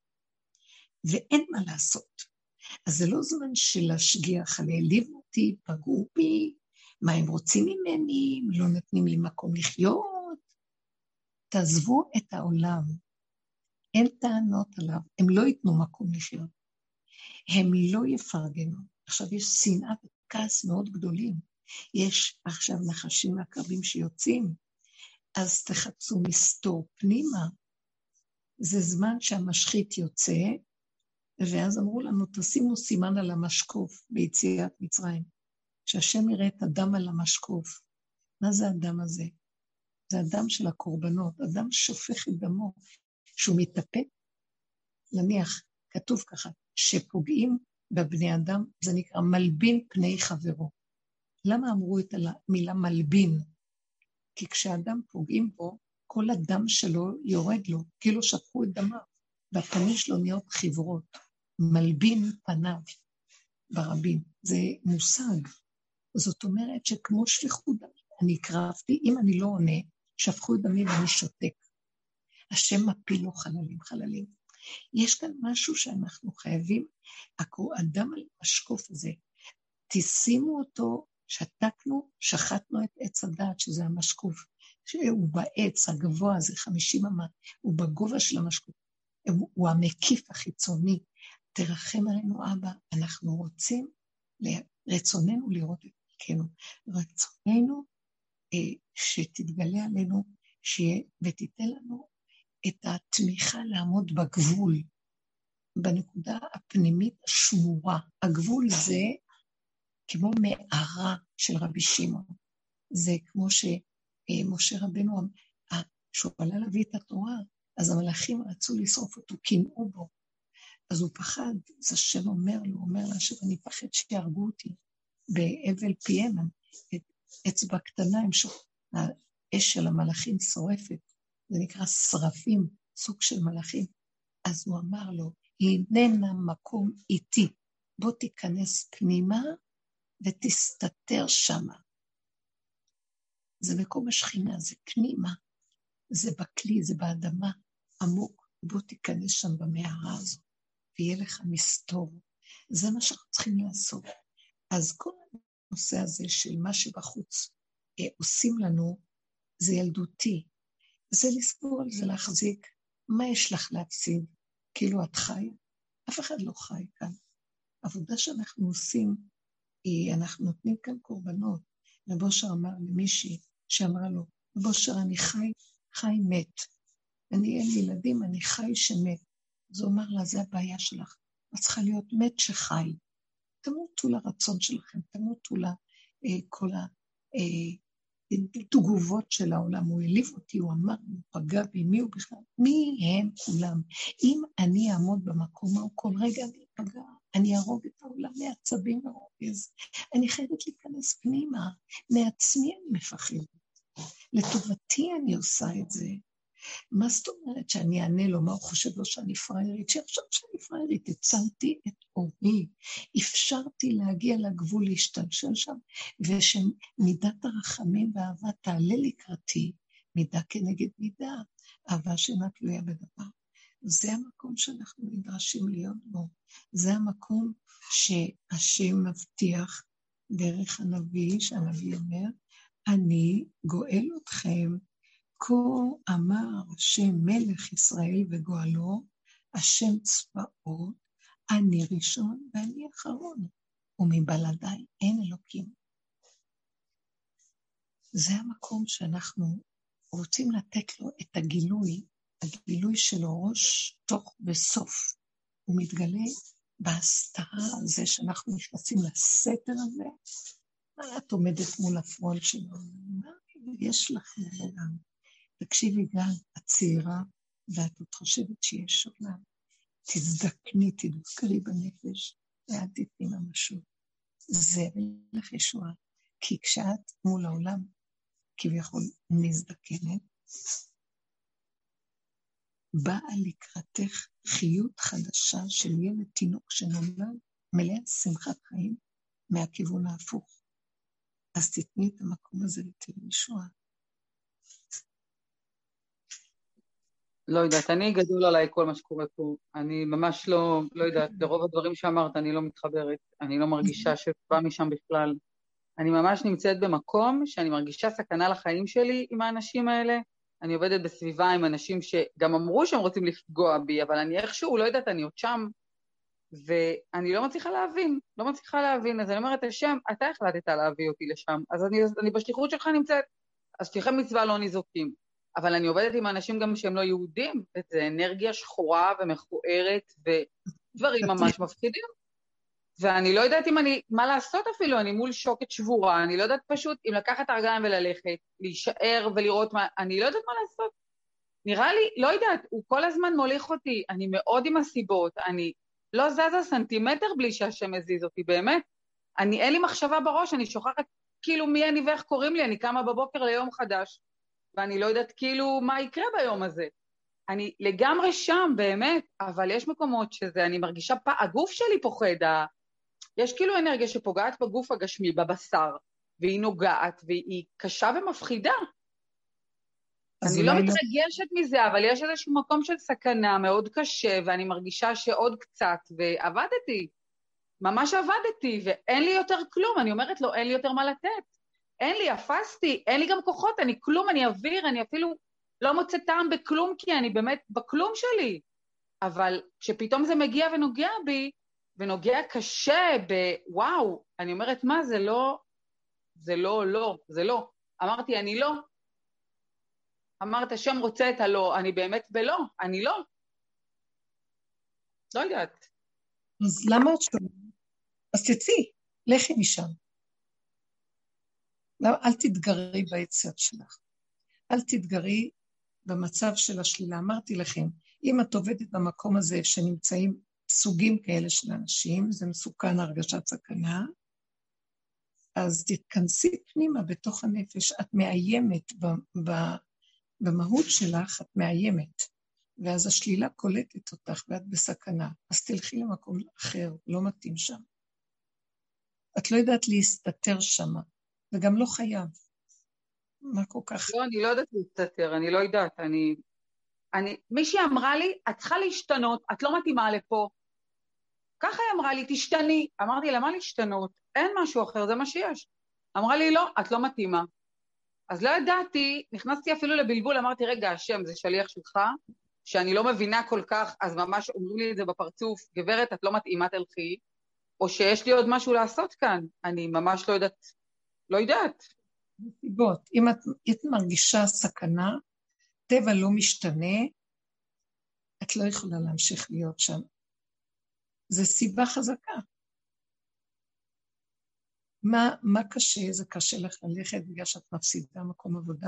ואין מה לעשות. אז זה לא זמן של להשגיח, העליבו אותי, פגעו בי, מה הם רוצים ממני, לא נותנים לי מקום לחיות. תעזבו את העולם, אין טענות עליו, הם לא ייתנו מקום לחיות, הם לא יפרגנו. עכשיו יש שנאה וכעס מאוד גדולים, יש עכשיו נחשים והקרבים שיוצאים, אז תחפשו מסתור פנימה, זה זמן שהמשחית יוצא, ואז אמרו לנו, תשימו סימן על המשקוף ביציאת מצרים, שהשם יראה את הדם על המשקוף. מה זה הדם הזה? זה הדם של הקורבנות, אדם שופך את דמו, שהוא מתאפק, נניח, כתוב ככה, שפוגעים בבני אדם, זה נקרא מלבין פני חברו. למה אמרו את המילה מלבין? כי כשאדם פוגעים בו, כל הדם שלו יורד לו, כאילו שפכו את דמיו, והפנים שלו נהיות חברות, מלבין פניו ברבים. זה מושג. זאת אומרת שכמו שפיכו דמי, אני הקרבתי, אם אני לא עונה, שפכו את דמי ואני שותק. השם מפיל לו חללים, חללים. יש כאן משהו שאנחנו חייבים, האדם על המשקוף הזה, תשימו אותו, שתקנו, שחטנו את עץ הדעת, שזה המשקוף, שהוא בעץ הגבוה, זה חמישים אמה, הוא בגובה של המשקוף, הוא, הוא המקיף החיצוני, תרחם עלינו אבא, אנחנו רוצים, רצוננו לראות את חלקנו, רצוננו אה, שתתגלה עלינו, שיה, ותיתן לנו את התמיכה לעמוד בגבול, בנקודה הפנימית השמורה. הגבול זה כמו מערה של רבי שמעון. זה כמו שמשה רבנו, שהוא עלה להביא את התורה, אז המלאכים רצו לשרוף אותו, קינאו בו. אז הוא פחד, אז השם אומר לו, אומר להשם, אני פחד שיהרגו אותי באבל פיהם, את אצבע קטנה, האש של המלאכים שורפת, זה נקרא שרפים, סוג של מלאכים. אז הוא אמר לו, איננה מקום איתי, בוא תיכנס פנימה ותסתתר שמה. זה מקום השכינה, זה פנימה, זה בכלי, זה באדמה עמוק, בוא תיכנס שם במערה הזו, ויהיה לך מסתור. זה מה שאנחנו צריכים לעשות. אז כל הנושא הזה של מה שבחוץ אה, עושים לנו, זה ילדותי. זה לסבור על זה להחזיק, מה יש לך להפסיד? כאילו את חי? אף אחד לא חי כאן. עבודה שאנחנו עושים, היא, אנחנו נותנים כאן קורבנות. רבושר אמר למישהי שאמרה לו, רבושר אני חי, חי מת. אני אין לי ילדים, אני חי שמת. אז הוא אמר לה, זה הבעיה שלך. את צריכה להיות מת שחי. תמותו לרצון שלכם, תמותו לכל התגובות של העולם. הוא העליב אותי, הוא אמר, הוא פגע בי, מי הוא בכלל? מי הם כולם? אם אני אעמוד במקום, או כל רגע אני פגע, אני ארוג את העולם מעצבים ורוגז. אני חייבת להיכנס פנימה, מעצמי אני מפחדת. לטובתי אני עושה את זה. מה זאת אומרת שאני אענה לו, מה הוא חושב לו שאני פריירית? שיחשב שאני פריירית, הצלתי את אורי, אפשרתי להגיע לגבול, להשתלשל שם, ושמידת הרחמים והאהבה תעלה לקראתי, מידה כנגד מידה, אהבה שאינה תלויה בדבר. זה המקום שאנחנו נדרשים להיות בו, זה המקום שהשם מבטיח דרך הנביא, שהנביא אומר, אני גואל אתכם, כה אמר השם מלך ישראל וגואלו, השם צבאות, אני ראשון ואני אחרון, ומבלעדיי אין אלוקים. זה המקום שאנחנו רוצים לתת לו את הגילוי, הגילוי שלו ראש, תוך וסוף. הוא מתגלה בהסתרה הזה שאנחנו נכנסים לסתר הזה. מה את עומדת מול הפרול שלו? מה יש לך לעולם? תקשיבי גל, הצעירה, ואת עוד חושבת שיש עולם. תזדקני, תדקרי בנפש, ואת תתני ממשות. זה לך ישועה. כי כשאת מול העולם, כביכול מזדקנת, באה לקראתך חיות חדשה של ילד תינוק שנולד מלא שמחת חיים מהכיוון ההפוך. אז תתני את המקום הזה ותראי ישועה. לא יודעת, אני גדול עליי כל מה שקורה פה. אני ממש לא, לא יודעת, לרוב הדברים שאמרת אני לא מתחברת, אני לא מרגישה שבא משם בכלל. אני ממש נמצאת במקום שאני מרגישה סכנה לחיים שלי עם האנשים האלה. אני עובדת בסביבה עם אנשים שגם אמרו שהם רוצים לפגוע בי, אבל אני איכשהו, לא יודעת, אני עוד שם, ואני לא מצליחה להבין, לא מצליחה להבין. אז אני אומרת, השם, אתה החלטת להביא אותי לשם, אז אני, אני בשליחות שלך נמצאת, אז שליחי מצווה לא ניזוקים. אבל אני עובדת עם אנשים גם שהם לא יהודים, וזה אנרגיה שחורה ומכוערת, ודברים ממש מפחידים. ואני לא יודעת אם אני, מה לעשות אפילו, אני מול שוקת שבורה, אני לא יודעת פשוט אם לקחת הרגליים וללכת, להישאר ולראות מה, אני לא יודעת מה לעשות. נראה לי, לא יודעת, הוא כל הזמן מוליך אותי, אני מאוד עם הסיבות, אני לא זזה סנטימטר בלי שהשם מזיז אותי, באמת. אני, אין לי מחשבה בראש, אני שוכחת כאילו מי אני ואיך קוראים לי, אני קמה בבוקר ליום חדש, ואני לא יודעת כאילו מה יקרה ביום הזה. אני לגמרי שם, באמת, אבל יש מקומות שזה, אני מרגישה, הגוף שלי פוחד, יש כאילו אנרגיה שפוגעת בגוף הגשמי, בבשר, והיא נוגעת, והיא קשה ומפחידה. אני לא מתרגשת לא... מזה, אבל יש איזשהו מקום של סכנה מאוד קשה, ואני מרגישה שעוד קצת, ועבדתי, ממש עבדתי, ואין לי יותר כלום, אני אומרת לו, אין לי יותר מה לתת. אין לי, אפסתי, אין לי גם כוחות, אני כלום, אני אוויר, אני אפילו לא מוצא טעם בכלום, כי אני באמת בכלום שלי. אבל כשפתאום זה מגיע ונוגע בי, ונוגע קשה בוואו, אני אומרת, מה, זה לא, זה לא, לא, זה לא. אמרתי, אני לא. אמרת, השם רוצה את הלא, אני באמת בלא, אני לא. לא יודעת. אז למה את שואלת? אז תצאי, לכי משם. אל תתגרי ביצר שלך. אל תתגרי במצב של השלילה. אמרתי לכם, אם את עובדת במקום הזה שנמצאים סוגים כאלה של אנשים, זה מסוכן הרגשת סכנה, אז תתכנסי פנימה בתוך הנפש, את מאיימת ב- ב- במהות שלך, את מאיימת, ואז השלילה קולטת אותך ואת בסכנה, אז תלכי למקום אחר, לא מתאים שם. את לא יודעת להסתתר שם, וגם לא חייב. מה כל כך? לא, אני לא יודעת להסתתר, אני לא יודעת, אני... אני... מישהי אמרה לי, את צריכה להשתנות, את לא מתאימה לפה. ככה היא אמרה לי, תשתני. אמרתי, למה להשתנות? אין משהו אחר, זה מה שיש. אמרה לי, לא, את לא מתאימה. אז לא ידעתי, נכנסתי אפילו לבלבול, אמרתי, רגע, השם, זה שליח שלך, שאני לא מבינה כל כך, אז ממש אומרים לי את זה בפרצוף, גברת, את לא מתאימה תלכי, או שיש לי עוד משהו לעשות כאן. אני ממש לא יודעת, לא יודעת. סיבות, אם את, את מרגישה סכנה, טבע לא משתנה, את לא יכולה להמשיך להיות שם. זה סיבה חזקה. מה, מה קשה? זה קשה לך ללכת בגלל שאת מפסידה מקום עבודה?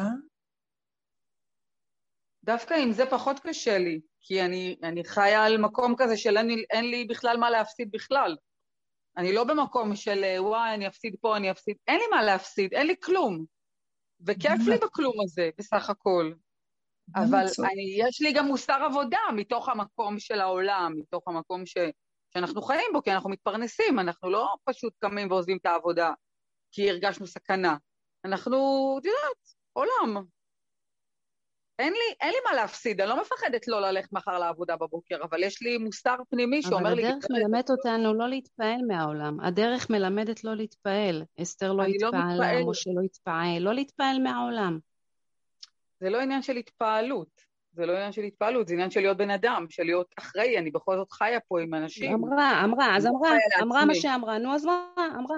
דווקא אם זה פחות קשה לי, כי אני, אני חיה על מקום כזה של אין, אין לי בכלל מה להפסיד בכלל. אני לא במקום של וואי, אני אפסיד פה, אני אפסיד. אין לי מה להפסיד, אין לי כלום. וכיף לי בכלום הזה, בסך הכל. אבל אני, יש לי גם מוסר עבודה מתוך המקום של העולם, מתוך המקום ש, שאנחנו חיים בו, כי אנחנו מתפרנסים, אנחנו לא פשוט קמים ועוזבים את העבודה, כי הרגשנו סכנה. אנחנו, יודעת, עולם. אין לי, אין לי מה להפסיד, אני לא מפחדת לא ללכת מחר לעבודה בבוקר, אבל יש לי מוסר פנימי שאומר לי... אבל הדרך מלמדת אותנו לא להתפעל מהעולם. הדרך מלמדת לא להתפעל. אסתר לא התפעלה, משה לא התפעל, לא להתפעל מהעולם. זה לא עניין של התפעלות, זה לא עניין של התפעלות, זה עניין של להיות בן אדם, של להיות אחראי, אני בכל זאת חיה פה עם אנשים. אמרה, אמרה, אז אמרה, אמרה מה שאמרה, נו אז מה, אמרה.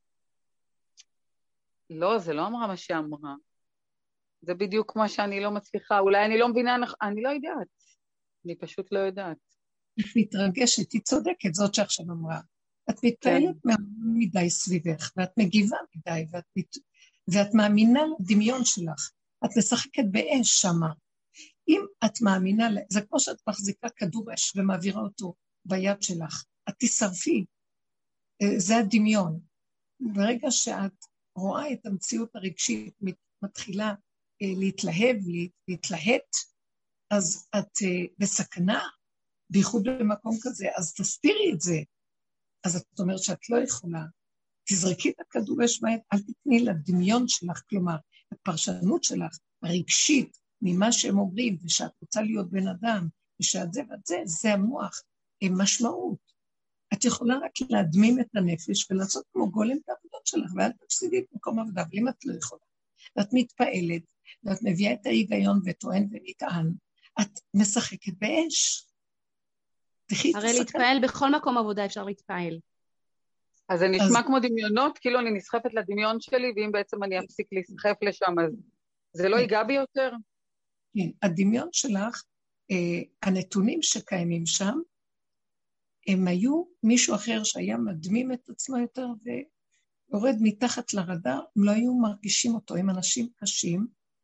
לא, זה לא אמרה מה שאמרה. זה בדיוק מה שאני לא מצליחה, אולי אני לא מבינה, אני לא יודעת. אני פשוט לא יודעת. את מתרגשת, היא צודקת, זאת שעכשיו אמרה. את מתפעלת מדי סביבך, ואת מגיבה מדי, ואת, מת... ואת מאמינה לדמיון שלך. את משחקת באש שמה. אם את מאמינה, זה כמו שאת מחזיקה כדור אש ומעבירה אותו ביד שלך, את תשרפי. זה הדמיון. ברגע שאת רואה את המציאות הרגשית, מתחילה להתלהב, להתלהט, אז את בסכנה, בייחוד במקום כזה, אז תסתירי את זה. אז את אומרת שאת לא יכולה. תזרקי את הכדור אש ביד, אל תתני לדמיון שלך, כלומר, הפרשנות שלך, הרגשית, ממה שהם אומרים, ושאת רוצה להיות בן אדם, ושאת זה ואת זה, זה המוח, עם משמעות. את יכולה רק להדמים את הנפש, ולעשות כמו גולם את העבודות שלך, ואל תפסידי את מקום עבודה, אבל אם את לא יכולה, ואת מתפעלת, ואת מביאה את ההיגיון, וטוען ונטען, את משחקת באש. הרי להתפעל, בכל מקום עבודה אפשר להתפעל. אז זה נשמע אז... כמו דמיונות, כאילו אני נסחפת לדמיון שלי, ואם בעצם אני אפסיק להסחף לשם, אז זה לא ייגע בי יותר? כן, הדמיון שלך, אה, הנתונים שקיימים שם, הם היו מישהו אחר שהיה מדמים את עצמו יותר, ויורד מתחת לרדאר, הם לא היו מרגישים אותו, הם אנשים קשים,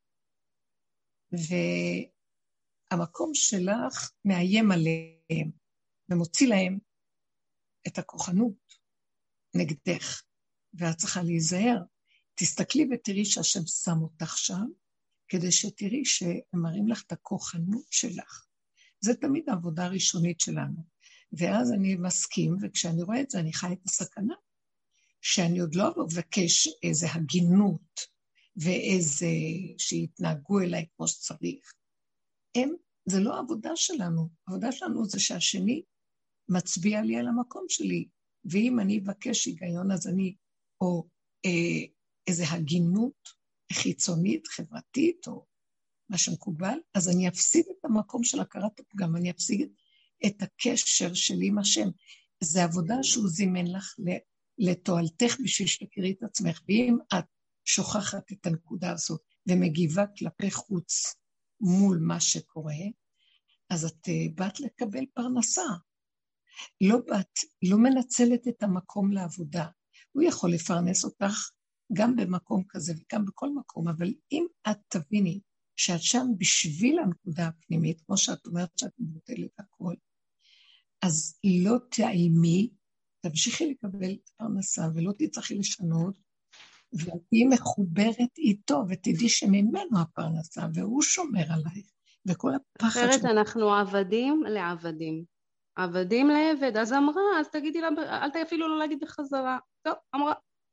והמקום שלך מאיים עליהם, ומוציא להם את הכוחנות נגדך, ואת צריכה להיזהר. תסתכלי ותראי שהשם שם אותך שם, כדי שתראי שהם מראים לך את הכוחנות שלך. זה תמיד העבודה הראשונית שלנו. ואז אני מסכים, וכשאני רואה את זה, אני חי את הסכנה, שאני עוד לא מבקש איזו הגינות, ואיזה שיתנהגו אליי כמו שצריך. הם, זה לא העבודה שלנו. העבודה שלנו זה שהשני מצביע לי על המקום שלי, ואם אני אבקש היגיון, אז אני, או אה, איזו הגינות חיצונית, חברתית, או מה שמקובל, אז אני אפסיד את המקום של הכרת הפגם, אני אפסיד את הקשר שלי עם השם. זה עבודה שהוא זימן לך לתועלתך בשביל שתכירי את עצמך, ואם את שוכחת את הנקודה הזאת, ומגיבה כלפי חוץ מול מה שקורה, אז את באת לקבל פרנסה. לא באת, לא מנצלת את המקום לעבודה. הוא יכול לפרנס אותך גם במקום כזה וגם בכל מקום, אבל אם את תביני שאת שם בשביל הנקודה הפנימית, כמו שאת אומרת שאת מבוטלת הכל, אז לא תאיימי, תמשיכי לקבל את הפרנסה ולא תצטרכי לשנות, ותהי מחוברת איתו ותדעי שממנו הפרנסה, והוא שומר עלייך, וכל הפחד... אחרת ש... אנחנו עבדים לעבדים. עבדים לעבד, אז אמרה, אז תגידי לה, אל תפילו לא להגיד בחזרה. טוב, אמרה.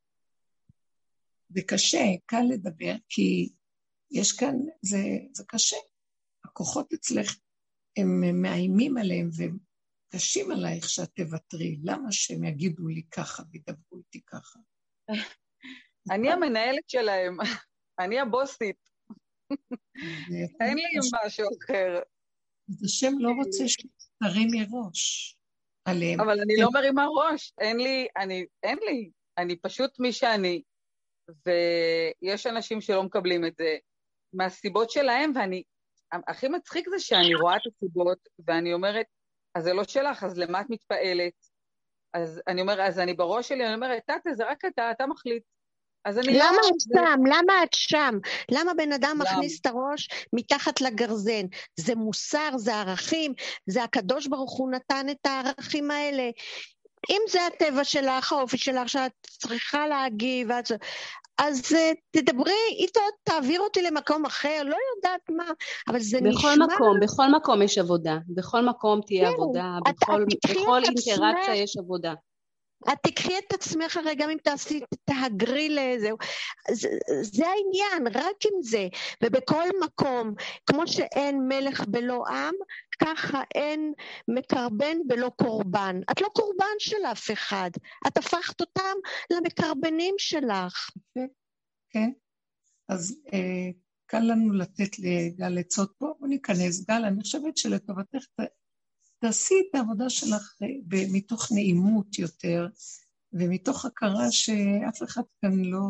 זה קשה, קל לדבר, כי יש כאן, זה, זה קשה. הכוחות אצלך, הם מאיימים עליהם, והם קשים עלייך שאת תוותרי. למה שהם יגידו לי ככה, וידברו איתי ככה? אני המנהלת שלהם, אני הבוסית. אין לי משהו אחר. אז השם לא רוצה שתרים מראש עליהם. אבל אני לא מרימה ראש, אין לי, אני, אין לי, אני פשוט מי שאני, ויש אנשים שלא מקבלים את זה מהסיבות שלהם, ואני, הכי מצחיק זה שאני רואה את הסיבות, ואני אומרת, אז זה לא שלך, אז למה את מתפעלת? אז אני אומרת, אז אני בראש שלי, אני אומרת, תתה, זה רק אתה, אתה מחליט. למה את שם? למה את שם? למה בן אדם מכניס את הראש מתחת לגרזן? זה מוסר, זה ערכים, זה הקדוש ברוך הוא נתן את הערכים האלה. אם זה הטבע שלך, האופי שלך, שאת צריכה להגיב, אז uh, תדברי איתו, תעביר אותי למקום אחר, לא יודעת מה, אבל זה בכל נשמע... בכל מקום, בכל מקום יש עבודה, בכל מקום תהיה כן, עבודה, את, בכל, את בכל את אינטראקציה עצמך, יש עבודה. את תקחי את עצמך הרי גם אם תעשי, תהגרי לזהו. זה, זה העניין, רק עם זה. ובכל מקום, כמו שאין מלך בלא עם, ככה אין מקרבן בלא קורבן. את לא קורבן של אף אחד, את הפכת אותם למקרבנים שלך. כן, אז אה, קל לנו לתת לגל עצות פה, בוא ניכנס. גל, אני חושבת שלטובתך ת, תעשי את העבודה שלך אה, מתוך נעימות יותר, ומתוך הכרה שאף אחד כאן לא,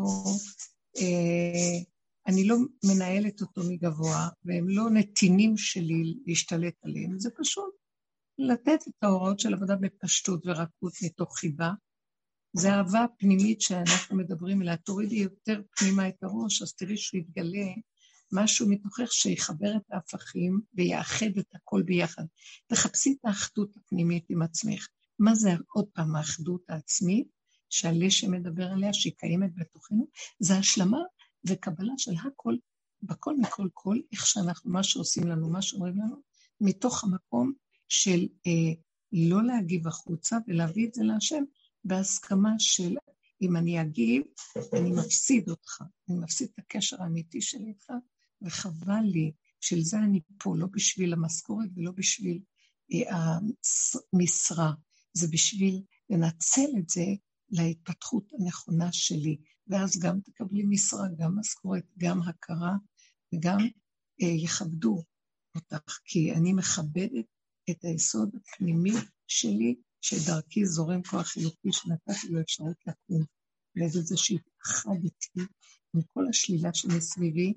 אה, אני לא מנהלת אותו מגבוה, והם לא נתינים שלי להשתלט עליהם, זה פשוט לתת את ההוראות של עבודה בפשטות ורקות מתוך חיבה, זה אהבה פנימית שאנחנו מדברים עליה, תורידי יותר פנימה את הראש, אז תראי שהוא יתגלה משהו מתוכך שיחבר את ההפכים ויאחד את הכל ביחד. תחפשי את האחדות הפנימית עם עצמך. מה זה עוד פעם האחדות העצמית, שעלי שמדבר עליה, שהיא קיימת בתוכנו, זה השלמה וקבלה של הכל, בכל מכל כל, איך שאנחנו, מה שעושים לנו, מה שאומרים לנו, מתוך המקום של אה, לא להגיב החוצה ולהביא את זה להשם, בהסכמה של אם אני אגיב, אני מפסיד אותך, אני מפסיד את הקשר האמיתי שלי איתך, וחבל לי, של זה אני פה, לא בשביל המשכורת ולא בשביל אה, המשרה, זה בשביל לנצל את זה להתפתחות הנכונה שלי, ואז גם תקבלי משרה, גם משכורת, גם הכרה, וגם אה, יכבדו אותך, כי אני מכבדת את היסוד הפנימי שלי, שדרכי זורם כוח חילוקי שנתתי לו אפשרות לקום, לאיזה שהתאחדתי עם כל השלילה שמסביבי,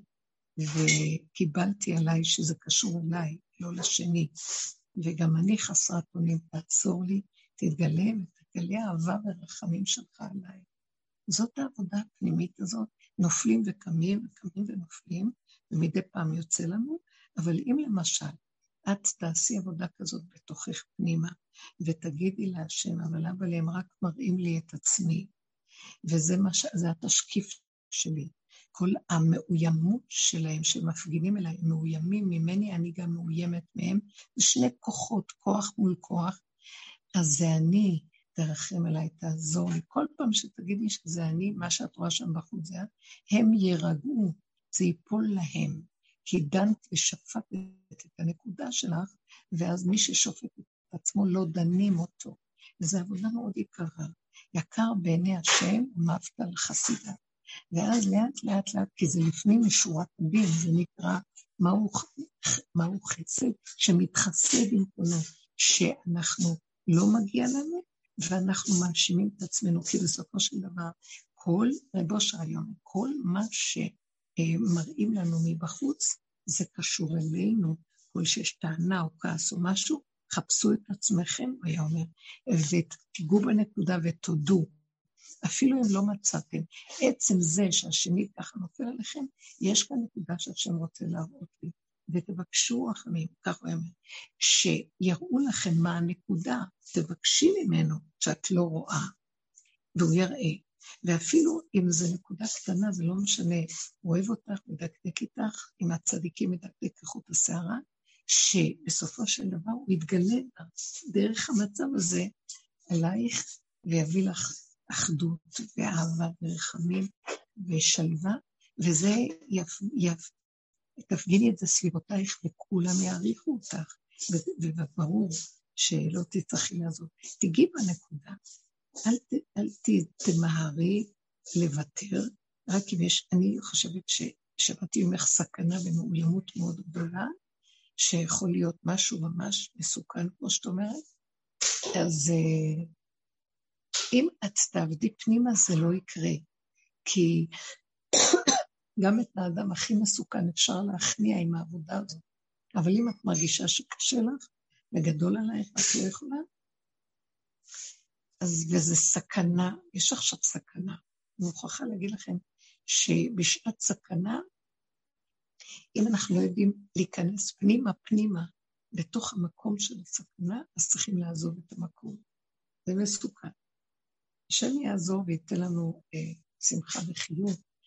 וקיבלתי עליי שזה קשור אליי, לא לשני, וגם אני חסרת אונים, תעצור לי, תתגלה ותגלה אהבה ורחמים שלך עליי. זאת העבודה הפנימית הזאת, נופלים וקמים וקמים ונופלים, ומדי פעם יוצא לנו, אבל אם למשל, את תעשי עבודה כזאת בתוכך פנימה, ותגידי להשם, אבל אבא לי, הם רק מראים לי את עצמי, וזה מה ש... זה התשקיף שלי. כל המאוימות שלהם, שמפגינים אליי, מאוימים ממני, אני גם מאוימת מהם, זה שני כוחות, כוח מול כוח, אז זה אני, תרחם אליי, תעזור לי. כל פעם שתגידי שזה אני, מה שאת רואה שם בחוץ, זה הם ירגעו, זה ייפול להם. כי דנת ושפטת את הנקודה שלך, ואז מי ששופט את עצמו לא דנים אותו. וזו עבודה מאוד יקרה. יקר בעיני השם, ומאהבת על חסידה. ואז לאט לאט לאט, כי זה לפנים משורת הדין, זה נקרא מהו, מהו חסד, שמתחסד עם כולו, שאנחנו לא מגיע לנו, ואנחנו מאשימים את עצמנו, כי בסופו של דבר, כל רבו שהיום, כל מה ש... מראים לנו מבחוץ, זה קשור אלינו, כל שיש טענה או כעס או משהו, חפשו את עצמכם, הוא היה אומר, ותיגעו בנקודה ותודו, אפילו אם לא מצאתם, עצם זה שהשני ככה נופל עליכם, יש כאן נקודה שהשם רוצה להראות לי, ותבקשו רחמים, כך הוא אומר, שיראו לכם מה הנקודה, תבקשי ממנו שאת לא רואה, והוא יראה, ואפילו אם זה נקודה קטנה, זה לא משנה, הוא אוהב אותך, מדקדק איתך, עם הצדיקים מדקדק כחוט השערה, שבסופו של דבר הוא יתגלה דרך המצב הזה עלייך, ויביא לך אחדות ואהבה ורחמים ושלווה, וזה יפ, יפ, תפגיני את זה סביבותייך וכולם יעריכו אותך, וברור שלא תצטרכי לעזור. תגיעי בנקודה, אל, אל תמהרי לוותר, רק אם יש, אני חושבת ששמעתי ממך סכנה ומאוימות מאוד גדולה, שיכול להיות משהו ממש מסוכן, כמו שאת אומרת, אז אם את תעבדי פנימה זה לא יקרה, כי גם את האדם הכי מסוכן אפשר להכניע עם העבודה הזאת, אבל אם את מרגישה שקשה לך, וגדול עלייך, את לא יכולה, אז וזה סכנה, יש עכשיו סכנה, אני מוכרחה להגיד לכם, שבשעת סכנה, אם אנחנו לא יודעים להיכנס פנימה פנימה, בתוך המקום של הסכנה, אז צריכים לעזוב את המקום, זה מסוכן. השם יעזור וייתן לנו אה, שמחה וחיוב,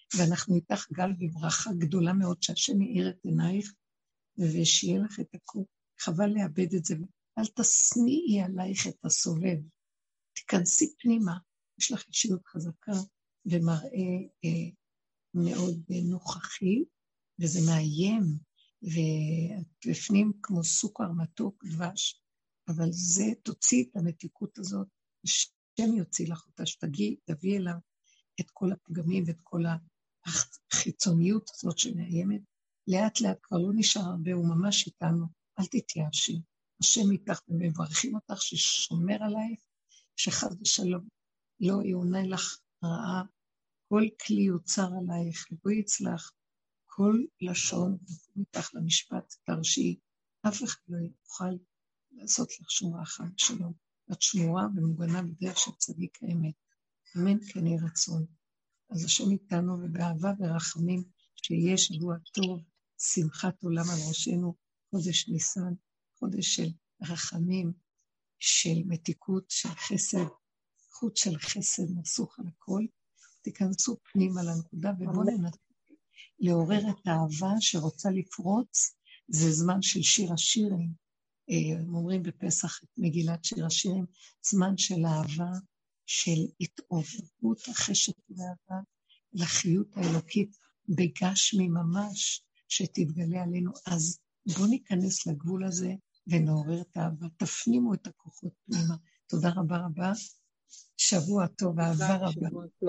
ואנחנו איתך גל בברכה גדולה מאוד, שהשם יאיר את עינייך, ושיהיה לך את הכל. חבל לאבד את זה, אל תשניעי עלייך את הסובב. תכנסי פנימה, יש לך אישיות חזקה, ומראה אה, מאוד נוכחי, וזה מאיים, ואת לפנים כמו סוכר, מתוק, דבש, אבל זה, תוציא את המתיקות הזאת, השם יוציא לך אותה, שתגיעי, תביא אליו את כל הפגמים ואת כל החיצוניות הזאת שמאיימת, לאט לאט כבר לא נשאר הרבה, הוא ממש איתנו, אל תתייאשי, השם איתך ומברכים אותך ששומר עלייך, שחד ושלום לא יעונה לך רעה, כל כלי יוצר עלייך, לא יצלח, כל לשון, מתח למשפט, תרשי, אף אחד לא יוכל לעשות לך שום רעה שלום. את שמורה ומוגנה בדרך של צדיק האמת. אמן כן יהי רצון. אז השם איתנו ובאהבה ורחמים, שיהיה שבוע טוב, שמחת עולם על ראשנו, חודש ניסן, חודש של רחמים, של מתיקות, של חסד, חוט של חסד נסוך על הכל, תיכנסו פנימה לנקודה, ובואו ננסה לעורר את האהבה שרוצה לפרוץ, זה זמן של שיר השירים, הם אומרים בפסח את מגילת שיר השירים, זמן של אהבה, של התעוררות החשת ואהבה, לחיות האלוקית בגשמי ממש, שתתגלה עלינו. אז בואו ניכנס לגבול הזה, ונעורר את האהבה, תפנימו את הכוחות פנימה. תודה רבה רבה, שבוע טוב, אהבה רבה.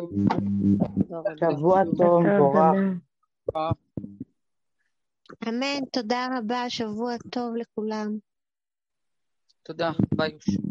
שבוע טוב, בורח. אמן, תודה רבה, שבוע טוב לכולם. תודה, ביי.